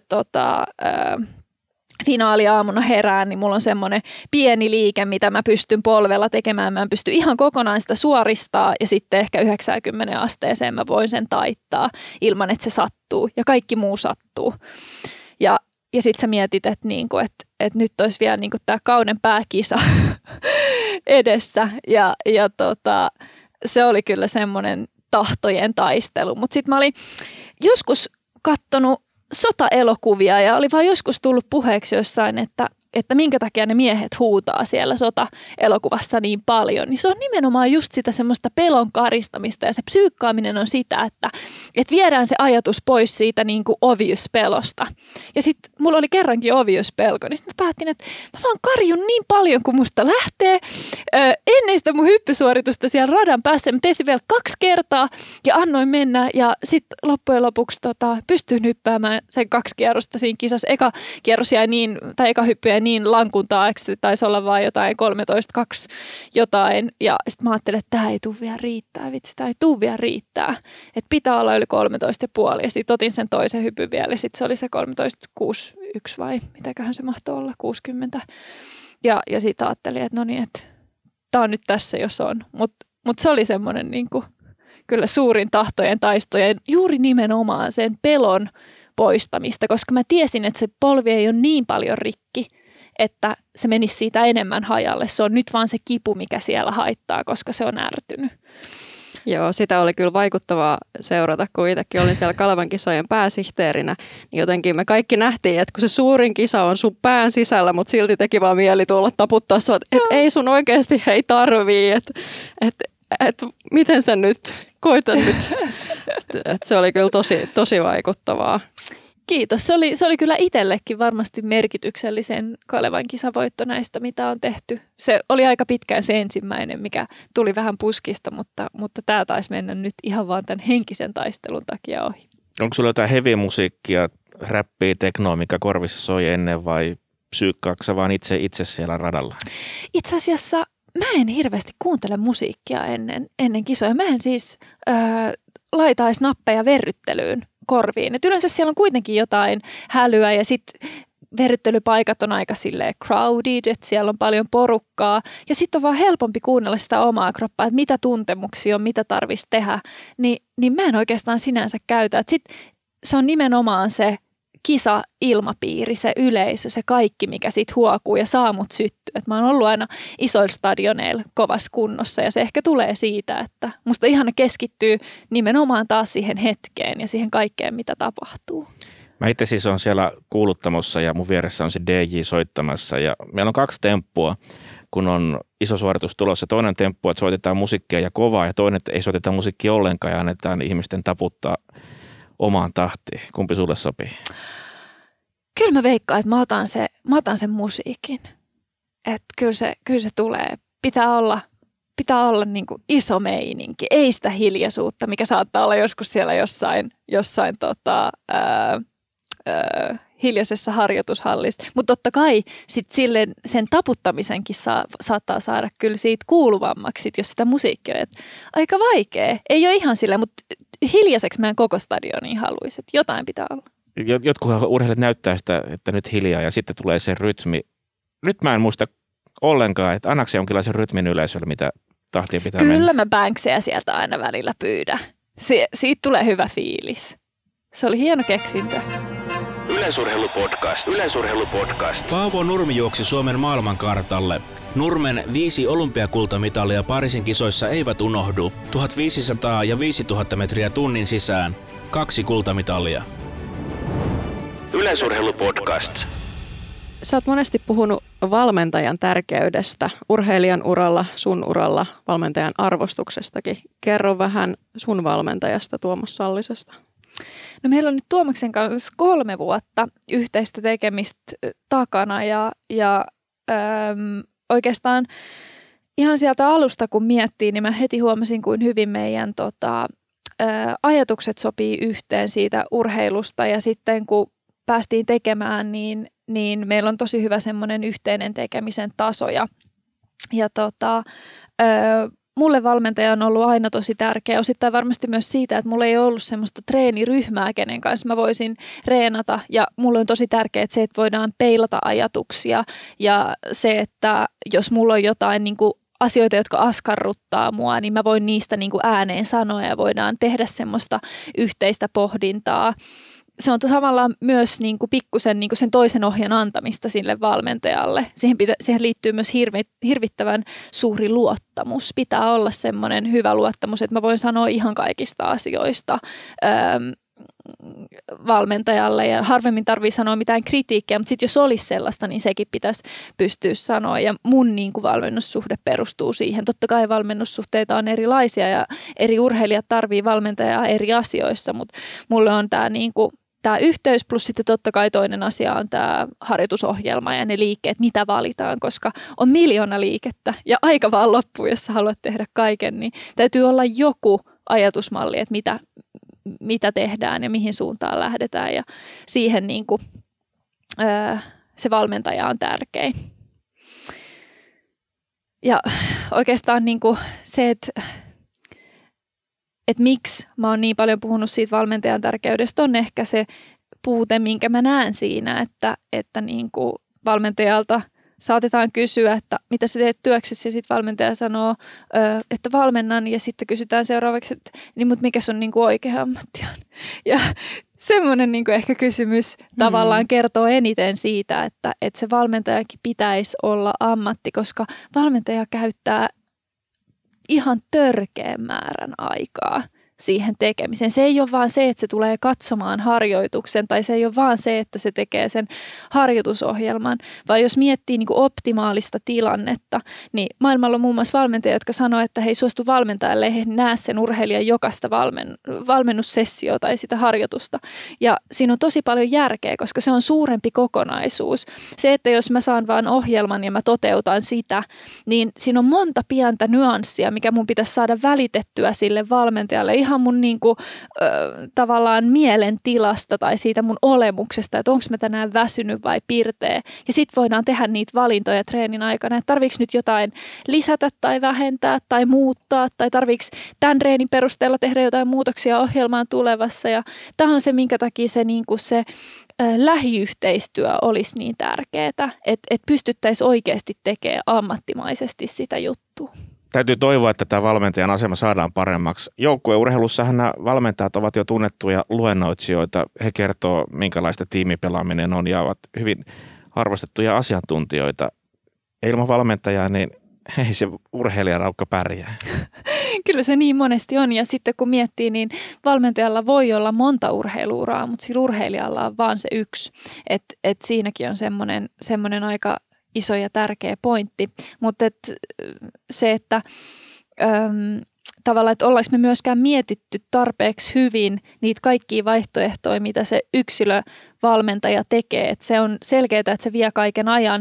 finaaliaamuna herään, niin mulla on semmoinen pieni liike, mitä mä pystyn polvella tekemään. Mä en pysty ihan kokonaan sitä suoristaa ja sitten ehkä 90 asteeseen mä voin sen taittaa ilman, että se sattuu ja kaikki muu sattuu. Ja sitten sä mietit, että nyt olisi vielä tämä kauden pääkisa edessä ja se oli kyllä semmoinen tahtojen taistelu. Mutta sitten mä olin joskus katsonut sotaelokuvia ja oli vaan joskus tullut puheeksi jossain, että minkä takia ne miehet huutaa siellä sota-elokuvassa niin paljon, niin se on nimenomaan just sitä semmoista pelon karistamista ja se psyykkaaminen on sitä, että viedään se ajatus pois siitä niin kuin obvious-pelosta. Ja sitten mulla oli kerrankin obvious-pelko, niin sitten mä päätin, että mä vaan karjun niin paljon kuin musta lähtee. Ennen sitä mun hyppysuoritusta siellä radan päässä mä teisin vielä 2 kertaa ja annoin mennä ja sitten loppujen lopuksi pystyin hyppäämään sen 2 kierrosta siinä kisassa. Eka kierros jäi eka hyppy jäi niin lankuntaa, eikö taisi olla vaan jotain 13-2 jotain. Ja sitten mä ajattelin, että tämä ei tule vielä riittää, tämä ei tule vielä riittää. Että pitää olla yli 13,5 ja sitten otin sen toisen hypyn vielä. Sitten se oli se 13,61 vai mitäköhän se mahtoi olla, 60. Ja sitten ajattelin, että no niin, että tämä on nyt tässä jos on. Mutta se oli semmoinen niinku, kyllä suurin tahtojen taistojen juuri nimenomaan sen pelon poistamista, koska mä tiesin, että se polvi ei ole niin paljon rikki, että se menisi siitä enemmän hajalle. Se on nyt vaan se kipu, mikä siellä haittaa, koska se on ärtynyt. Joo, sitä oli kyllä vaikuttavaa seurata, kun itsekin olin siellä Kalevan kisojen pääsihteerinä. Niin jotenkin me kaikki nähtiin, että kun se suurin kisa on sun pään sisällä, mutta silti teki vaan mieli tulla taputtaa sua, että ei sun oikeasti tarvii, että että miten sä nyt, koita nyt. Se oli kyllä tosi vaikuttavaa. Kiitos. Se oli kyllä itsellekin varmasti merkityksellisen Kalevan kisavoitto näistä, mitä on tehty. Se oli aika pitkään se ensimmäinen, mikä tuli vähän puskista, mutta tämä taisi mennä nyt ihan vaan tämän henkisen taistelun takia ohi. Onko sulla jotain heavy-musiikkia, räppiä, teknoa, mikä korvissa soi ennen vai psyykkaatko sä vaan itse siellä radalla? Itse asiassa mä en hirveästi kuuntele musiikkia ennen kisoja. Mä en siis laitaisi nappeja verryttelyyn korviin. Et yleensä siellä on kuitenkin jotain hälyä ja sitten verryttelypaikat on aika silleen crowded, että siellä on paljon porukkaa. Ja sitten on vaan helpompi kuunnella sitä omaa kroppaa, että mitä tuntemuksia on, mitä tarvitsisi tehdä. Niin mä en oikeastaan sinänsä käytä. Sitten se on nimenomaan se kisa-ilmapiiri, se yleisö, se kaikki, mikä siitä huokuu ja saa mut syttyä. Et mä oon ollut aina isoilla stadioneilla kovassa kunnossa ja se ehkä tulee siitä, että musta on ihana keskittyä nimenomaan taas siihen hetkeen ja siihen kaikkeen, mitä tapahtuu. Mä itse siis on siellä kuuluttamossa ja mun vieressä on se DJ soittamassa ja meillä on 2 temppua, kun on iso suoritus tulossa. Toinen temppu, että soitetaan musiikkia ja kovaa ja toinen, että ei soiteta musiikkia ollenkaan ja annetaan ihmisten taputtaa omaan tahtiin. Kumpi sulle sopii? Kyllä mä veikkaan, että mä otan sen musiikin. Että kyllä se tulee. Pitää olla niin kuin iso meininki. Ei sitä hiljaisuutta, mikä saattaa olla joskus siellä jossain hiljaisessa harjoitushallissa. Mutta totta kai sit sen taputtamisenkin saattaa saada kyllä siitä kuuluvammaksi, jos sitä musiikkia on. Aika vaikea. Ei ole ihan silleen, mutta hiljaiseksi meidän koko stadioniin haluaisi. Jotain pitää olla. Jotkut urheilijat näyttää sitä, että nyt hiljaa ja sitten tulee se rytmi. Nyt mä en muista ollenkaan, että annaks se jonkinlaisen rytmin yleisölle, mitä tahtia pitää mennä. Kyllä mä bankseja sieltä aina välillä pyydän. Siitä tulee hyvä fiilis. Se oli hieno keksintö. Yleisurheilupodcast. Paavo Nurmi juoksi Suomen maailmankartalle. Nurmen 5 olympiakultamitalia Pariisin kisoissa eivät unohdu. 1500 ja 5000 metriä tunnin sisään. 2 kultamitalia. Yleisurheilupodcast. Sä oot monesti puhunut valmentajan tärkeydestä urheilijan uralla, sun uralla, valmentajan arvostuksestakin. Kerro vähän sun valmentajasta Tuomas Sallisesta. No meillä on nyt Tuomaksen kanssa 3 vuotta yhteistä tekemistä takana ja oikeastaan ihan sieltä alusta kun miettii, niin mä heti huomasin, kuin hyvin meidän ajatukset sopii yhteen siitä urheilusta ja sitten kun päästiin tekemään, niin meillä on tosi hyvä semmoinen yhteinen tekemisen taso ja mulle valmentaja on ollut aina tosi tärkeä, osittain varmasti myös siitä, että mulla ei ollut semmoista treeniryhmää, kenen kanssa mä voisin reenata ja mulle on tosi tärkeää se, että voidaan peilata ajatuksia ja se, että jos mulla on jotain niin kuin asioita, jotka askarruttaa mua, niin mä voin niistä niin kuin ääneen sanoa ja voidaan tehdä semmoista yhteistä pohdintaa. Se on tavallaan myös niin kuin pikkusen niin kuin sen toisen ohjan antamista sille valmentajalle. Siihen liittyy myös hirvittävän suuri luottamus. Pitää olla semmoinen hyvä luottamus, että mä voin sanoa ihan kaikista asioista valmentajalle ja harvemmin tarvii sanoa mitään kritiikkiä, mutta sitten jos olisi sellaista, niin sekin pitäisi pystyä sanoa ja mun niin kuin valmennussuhde perustuu siihen. Totta kai valmennussuhteita on erilaisia ja eri urheilijat tarvii valmentajaa eri asioissa, mutta mulle on tämä niin kuin tämä yhteys plus sitten totta kai toinen asia on tämä harjoitusohjelma ja ne liikkeet, mitä valitaan, koska on 1,000,000 liikettä ja aika vaan loppuu, jos sä haluat tehdä kaiken, niin täytyy olla joku ajatusmalli, että mitä tehdään ja mihin suuntaan lähdetään ja siihen niin kuin, se valmentaja on tärkein. Ja oikeastaan niin kuin se, että miksi mä oon niin paljon puhunut siitä valmentajan tärkeydestä, on ehkä se puute, minkä mä näen siinä, että niin kuin valmentajalta saatetaan kysyä, että mitä sä teet työksessä ja sitten valmentaja sanoo, että valmennan ja sitten kysytään seuraavaksi, että niin, mutta mikä sun niin kuin oikea ammatti on. Ja semmoinen niin kuin ehkä kysymys tavallaan kertoo eniten siitä, että se valmentajakin pitäisi olla ammatti, koska valmentaja käyttää ihan törkeän määrän aikaa siihen tekemiseen. Se ei ole vaan se, että se tulee katsomaan harjoituksen tai se ei ole vaan se, että se tekee sen harjoitusohjelman, vaan jos miettii niin kuin optimaalista tilannetta, niin maailmalla on muun muassa valmentajia, jotka sanoo, että he ei suostu valmentajalle, ei näe sen urheilijan jokaista valmennussessiota tai sitä harjoitusta. Ja siinä on tosi paljon järkeä, koska se on suurempi kokonaisuus. Se, että jos mä saan vaan ohjelman ja mä toteutan sitä, niin siinä on monta pientä nyanssia, mikä mun pitäisi saada välitettyä sille valmentajalle ihan mun niinku, tavallaan mielentilasta tai siitä mun olemuksesta, että onko mä tänään väsynyt vai pirteä. Ja sit voidaan tehdä niitä valintoja treenin aikana, että tarviiko nyt jotain lisätä tai vähentää tai muuttaa tai tarviiko tämän treenin perusteella tehdä jotain muutoksia ohjelmaan tulevassa. Ja tämä on se, minkä takia se, niinku se lähiyhteistyö olisi niin tärkeää, että pystyttäisiin oikeasti tekemään ammattimaisesti sitä juttua. Täytyy toivoa, että tämä valmentajan asema saadaan paremmaksi. Joukkueurheilussahan nämä valmentajat ovat jo tunnettuja luennoitsijoita. He kertoo, minkälaista tiimipelaaminen on ja ovat hyvin arvostettuja asiantuntijoita. Ilman valmentajaa, niin ei se urheilijaraukka pärjää. Kyllä se niin monesti on, ja sitten kun miettii, niin valmentajalla voi olla monta urheiluuraa, mutta sillä urheilijalla on vaan se yksi. Et siinäkin on semmoinen aika iso ja tärkeä pointti, mutta se, että tavallaan, että ollaanko me myöskään mietitty tarpeeksi hyvin niitä kaikkia vaihtoehtoja, mitä se yksilövalmentaja tekee, että se on selkeää, että se vie kaiken ajan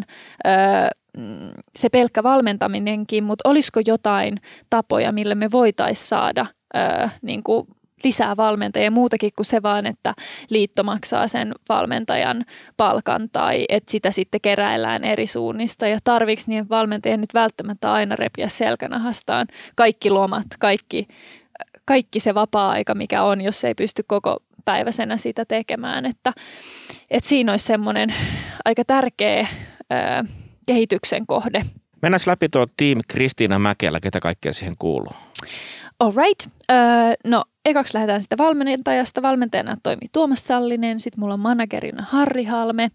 se pelkkä valmentaminenkin, mutta olisiko jotain tapoja, millä me voitaisiin saada niin kuin lisää valmentajia muutakin kuin se vaan, että liitto maksaa sen valmentajan palkan tai että sitä sitten keräillään eri suunnista ja tarviiko niiden valmentajien nyt välttämättä aina repiä selkänahastaan kaikki lomat, kaikki se vapaa-aika, mikä on, jos ei pysty koko päiväisenä sitä tekemään, että siinä olisi semmoinen aika tärkeä kehityksen kohde. Mennään läpi tuo Team Kristiina Mäkelä, ketä kaikkea siihen kuuluu. All right. No ekaksi lähdetään sitä valmentajasta. Valmentajana toimii Tuomas Sallinen, sitten mulla on managerina Harri Halme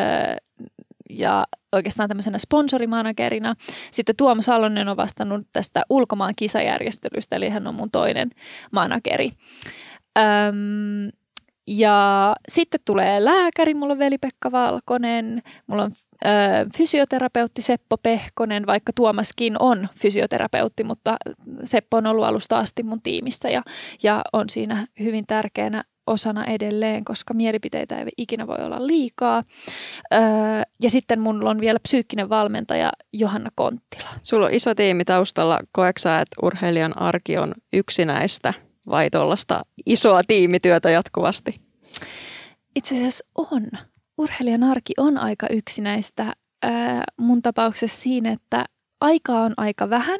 ja oikeastaan tämmöisenä sponsorimanagerina. Sitten Tuomas Salonen on vastannut tästä ulkomaan kisajärjestelystä, eli hän on mun toinen manageri. Ja sitten tulee lääkäri, mulla on Veli-Pekka Valkonen, mulla on fysioterapeutti Seppo Pehkonen, vaikka Tuomaskin on fysioterapeutti, mutta Seppo on ollut alusta asti mun tiimissä ja on siinä hyvin tärkeänä osana edelleen, koska mielipiteitä ei ikinä voi olla liikaa. Ja sitten mulla on vielä psyykkinen valmentaja Johanna Konttila. Sulla on iso tiimi taustalla. Koetko sä, että urheilijan arki on yksinäistä vai tuollaista isoa tiimityötä jatkuvasti? Itse asiassa on. Urheilijan arki on aika yksinäistä mun tapauksessa siinä, että aikaa on aika vähän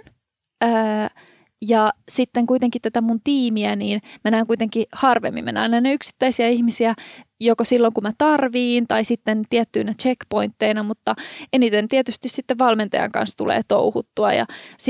ja sitten kuitenkin tätä mun tiimiä, niin mä näen kuitenkin harvemmin. Mä näen ne yksittäisiä ihmisiä joko silloin, kun mä tarviin tai sitten tiettyinä checkpointteina, mutta eniten tietysti sitten valmentajan kanssa tulee touhuttua ja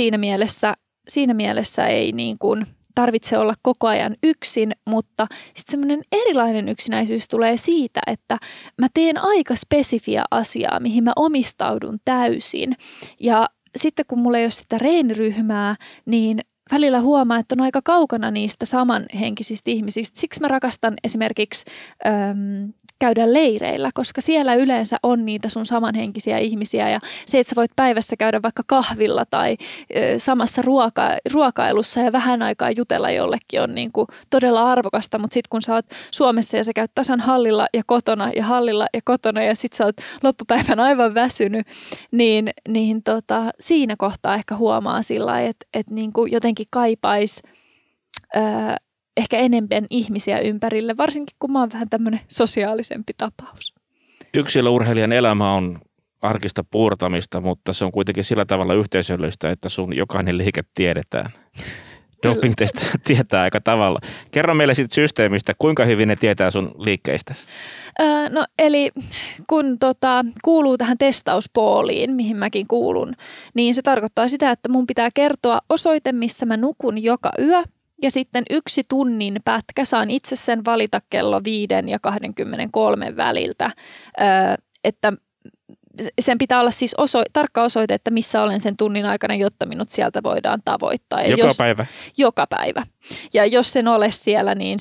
siinä mielessä ei niin kuin tarvitse olla koko ajan yksin, mutta sitten semmoinen erilainen yksinäisyys tulee siitä, että mä teen aika spesifiä asiaa, mihin mä omistaudun täysin. Ja sitten kun mulla ei ole sitä reeniryhmää, niin välillä huomaa, että on aika kaukana niistä samanhenkisistä ihmisistä. Siksi mä rakastan esimerkiksi käydä leireillä, koska siellä yleensä on niitä sun samanhenkisiä ihmisiä ja se, että sä voit päivässä käydä vaikka kahvilla tai samassa ruokailussa ja vähän aikaa jutella jollekin on niin kuin todella arvokasta, mutta sitten kun sä oot Suomessa ja sä käyt tasan hallilla ja kotona ja sit sä oot loppupäivän aivan väsynyt, niin siinä kohtaa ehkä huomaa sillä lailla, että niin kuin jotenkin kaipaisi ehkä enemmän ihmisiä ympärille, varsinkin kun mä oon vähän tämmöinen sosiaalisempi tapaus. Yksilöurheilijan elämä on arkista puurtamista, mutta se on kuitenkin sillä tavalla yhteisöllistä, että sun jokainen liike tiedetään. Doping-testa tietää aika tavalla. Kerro meille siitä systeemistä, kuinka hyvin ne tietää sun liikkeistä? No eli kun kuuluu tähän testauspooliin, mihin mäkin kuulun, niin se tarkoittaa sitä, että mun pitää kertoa osoite, missä mä nukun joka yö. Ja sitten 1 tunnin pätkä, saan itse sen valita kello 5 ja 23 väliltä, että sen pitää olla siis tarkka osoite, että missä olen sen tunnin aikana, jotta minut sieltä voidaan tavoittaa. Ja joka päivä? Joka päivä. Ja jos sen ole siellä, niin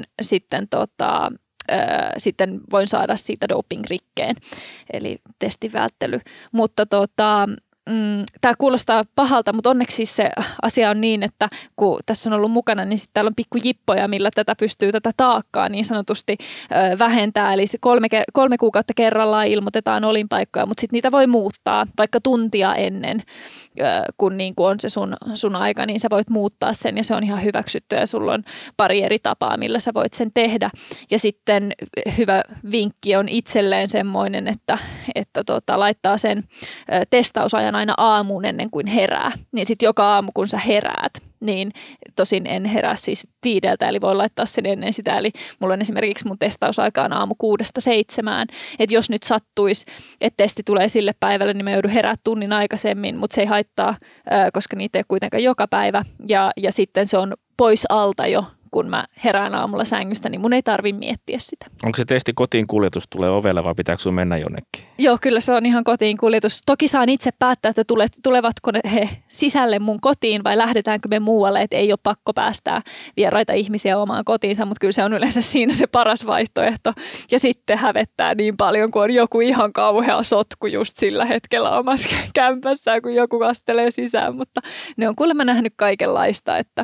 sitten voin saada siitä doping-rikkeen, eli testin välttely. Mutta tämä kuulostaa pahalta, mutta onneksi siis se asia on niin, että kun tässä on ollut mukana, niin sitten täällä on pikkujippoja, millä tätä taakkaa niin sanotusti vähentää. Eli se 3 kuukautta kerrallaan ilmoitetaan olinpaikkoja, mutta sitten niitä voi muuttaa vaikka tuntia ennen, kun niin kuin on se sun aika, niin sä voit muuttaa sen ja se on ihan hyväksytty ja sulla on pari eri tapaa, millä sä voit sen tehdä. Ja sitten hyvä vinkki on itselleen semmoinen, että laittaa sen testausajan aina aamuun ennen kuin herää. Niin sitten joka aamu, kun sä heräät, niin tosin en herää siis 5, eli voi laittaa sen ennen sitä. Eli mulla on esimerkiksi mun testausaika on aamu 6-7. Että jos nyt sattuisi, että testi tulee sille päivälle, niin mä joudun herää tunnin aikaisemmin, mutta se ei haittaa, koska niitä ei ole kuitenkaan joka päivä. Ja sitten se on pois alta jo, kun mä herään aamulla sängystä, niin mun ei tarvitse miettiä sitä. Onko se testi kotiin kuljetus tulee ovelle vai pitääkö sun mennä jonnekin? Joo, kyllä se on ihan kotiin kuljetus. Toki saan itse päättää, että tulevatko he sisälle mun kotiin vai lähdetäänkö me muualle, että ei ole pakko päästää vieraita ihmisiä omaan kotiinsa, mutta kyllä se on yleensä siinä se paras vaihtoehto. Ja sitten hävettää niin paljon, kun on joku ihan kauhea sotku just sillä hetkellä omassa kämpässään, kun joku astelee sisään, mutta ne on kuulemma nähnyt kaikenlaista, että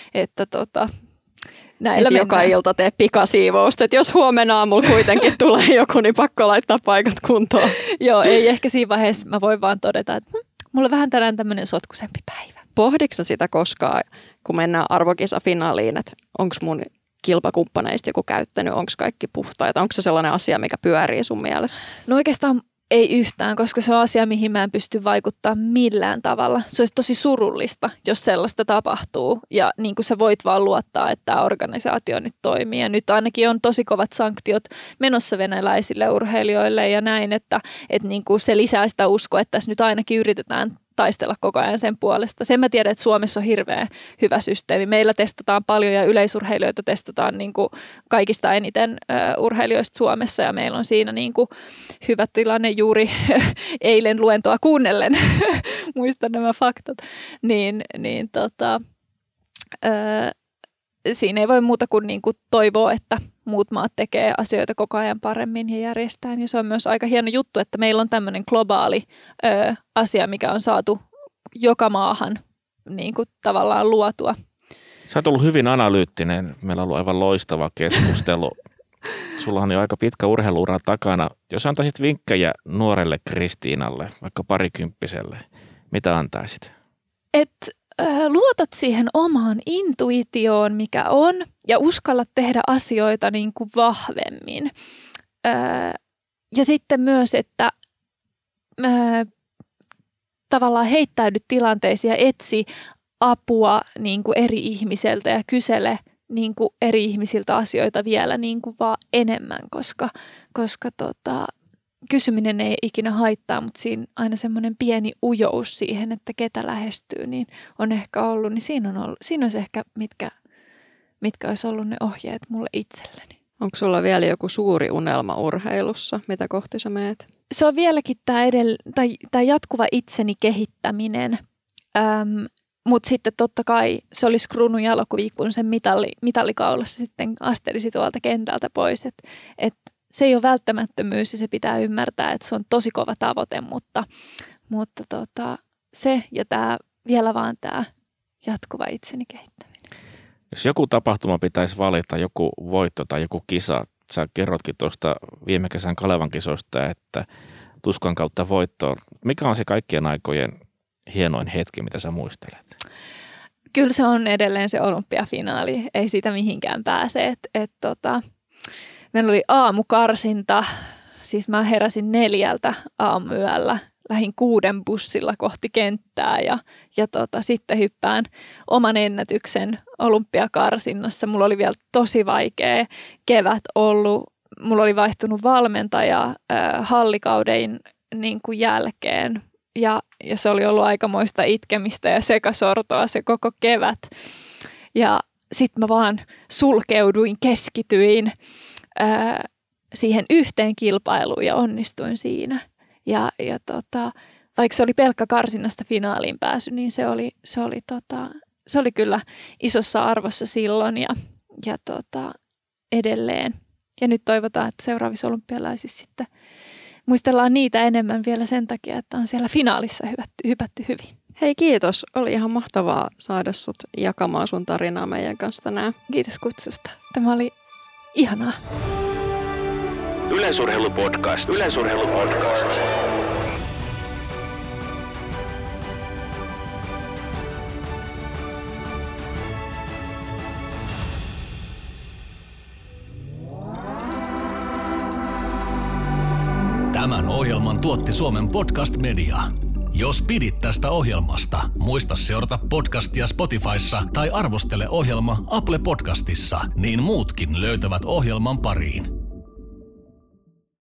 Et joka ilta tee pikasiivousta, että jos huomenna aamulla kuitenkin tulee joku, niin pakko laittaa paikat kuntoon. Joo, ei ehkä siinä vaiheessa mä voin vaan todeta, että mulla on vähän tänään tämmöinen sotkuisempi päivä. Pohditko sitä koskaan, kun mennään arvokisafinaaliin, että onko mun kilpakumppaneista joku käyttänyt, onko kaikki puhtaita? Onko se sellainen asia, mikä pyörii sun mielessä? No oikeastaan ei yhtään, koska se on asia, mihin mä en pysty vaikuttamaan millään tavalla. Se olisi tosi surullista, jos sellaista tapahtuu. Ja niin kuin sä voit vaan luottaa, että tämä organisaatio nyt toimii. Ja nyt ainakin on tosi kovat sanktiot menossa venäläisille urheilijoille ja näin, että niin kuin se lisää sitä uskoa, että tässä nyt ainakin yritetään taistella koko ajan sen puolesta. Sen mä tiedän, että Suomessa on hirveän hyvä systeemi. Meillä testataan paljon ja yleisurheilijoita testataan niin kuin kaikista eniten urheilijoista Suomessa ja meillä on siinä niin kuin hyvä tilanne juuri eilen luentoa kuunnellen. Muistan nämä faktat. Siinä ei voi muuta kuin niinku toivoa, että muut maat tekee asioita koko ajan paremmin ja järjestään. Ja se on myös aika hieno juttu, että meillä on tämmöinen globaali asia, mikä on saatu joka maahan niinku tavallaan luotua. Sä oot ollut hyvin analyyttinen. Meillä on ollut aivan loistava keskustelu. Sulla on jo aika pitkä urheiluura takana. Jos antaisit vinkkejä nuorelle Kristiinalle, vaikka parikymppiselle, mitä antaisit? Luotat siihen omaan intuitioon, mikä on, ja uskalla tehdä asioita niin kuin vahvemmin. Ja sitten myös, että tavallaan heittäydy tilanteisiin ja etsi apua niin kuin eri ihmiseltä ja kysele niin kuin eri ihmisiltä asioita vielä niin kuin vaan enemmän, koska kysyminen ei ikinä haittaa, mutta siinä aina semmoinen pieni ujous siihen, että ketä lähestyy, niin on ehkä ollut, niin siinä olisi ehkä mitkä olisi ollut ne ohjeet mulle itselleni. Onko sulla vielä joku suuri unelma urheilussa, mitä kohti sä meet? Se on vieläkin tämä jatkuva itseni kehittäminen, mutta sitten totta kai se olisi kruunun jalokivi, kun sen mitallikaulassa sitten astelisi tuolta kentältä pois, että se ei ole välttämättömyys ja se pitää ymmärtää, että se on tosi kova tavoite, mutta se ja vielä vaan tämä jatkuva itseni kehittäminen. Jos joku tapahtuma pitäisi valita, joku voitto tai joku kisa, sä kerrotkin tuosta viime kesän Kalevan kisoista, että tuskan kautta voittoon. Mikä on se kaikkien aikojen hienoin hetki, mitä sä muistelet? Kyllä se on edelleen se olympiafinaali, ei siitä mihinkään pääse, meillä oli aamukarsinta, siis mä heräsin 4 aamuyöllä, lähdin 6 bussilla kohti kenttää ja sitten hyppään oman ennätyksen olympiakarsinnassa. Mulla oli vielä tosi vaikea kevät ollut, mulla oli vaihtunut valmentaja hallikauden niin kuin jälkeen ja se oli ollut aikamoista itkemistä ja sekasortoa se koko kevät. Ja sitten mä vaan sulkeuduin, keskityin siihen yhteen kilpailuun ja onnistuin siinä. Ja vaikka se oli pelkkä karsinnasta finaaliin pääsy, niin se oli kyllä isossa arvossa silloin ja edelleen. Ja nyt toivotaan, että seuraavissa olympialaisissa sitten muistellaan niitä enemmän vielä sen takia, että on siellä finaalissa hypätty hyvin. Hei, kiitos. Oli ihan mahtavaa saada sut jakamaan sun tarinaa meidän kanssa tänään. Kiitos kutsusta. Tämä oli ihanaa. Yleisurheilupodcast. Yleisurheilupodcast. Tämän ohjelman tuotti Suomen Podcast Media. Jos pidit tästä ohjelmasta, muista seurata podcastia Spotifyssa tai arvostele ohjelma Apple Podcastissa, niin muutkin löytävät ohjelman pariin.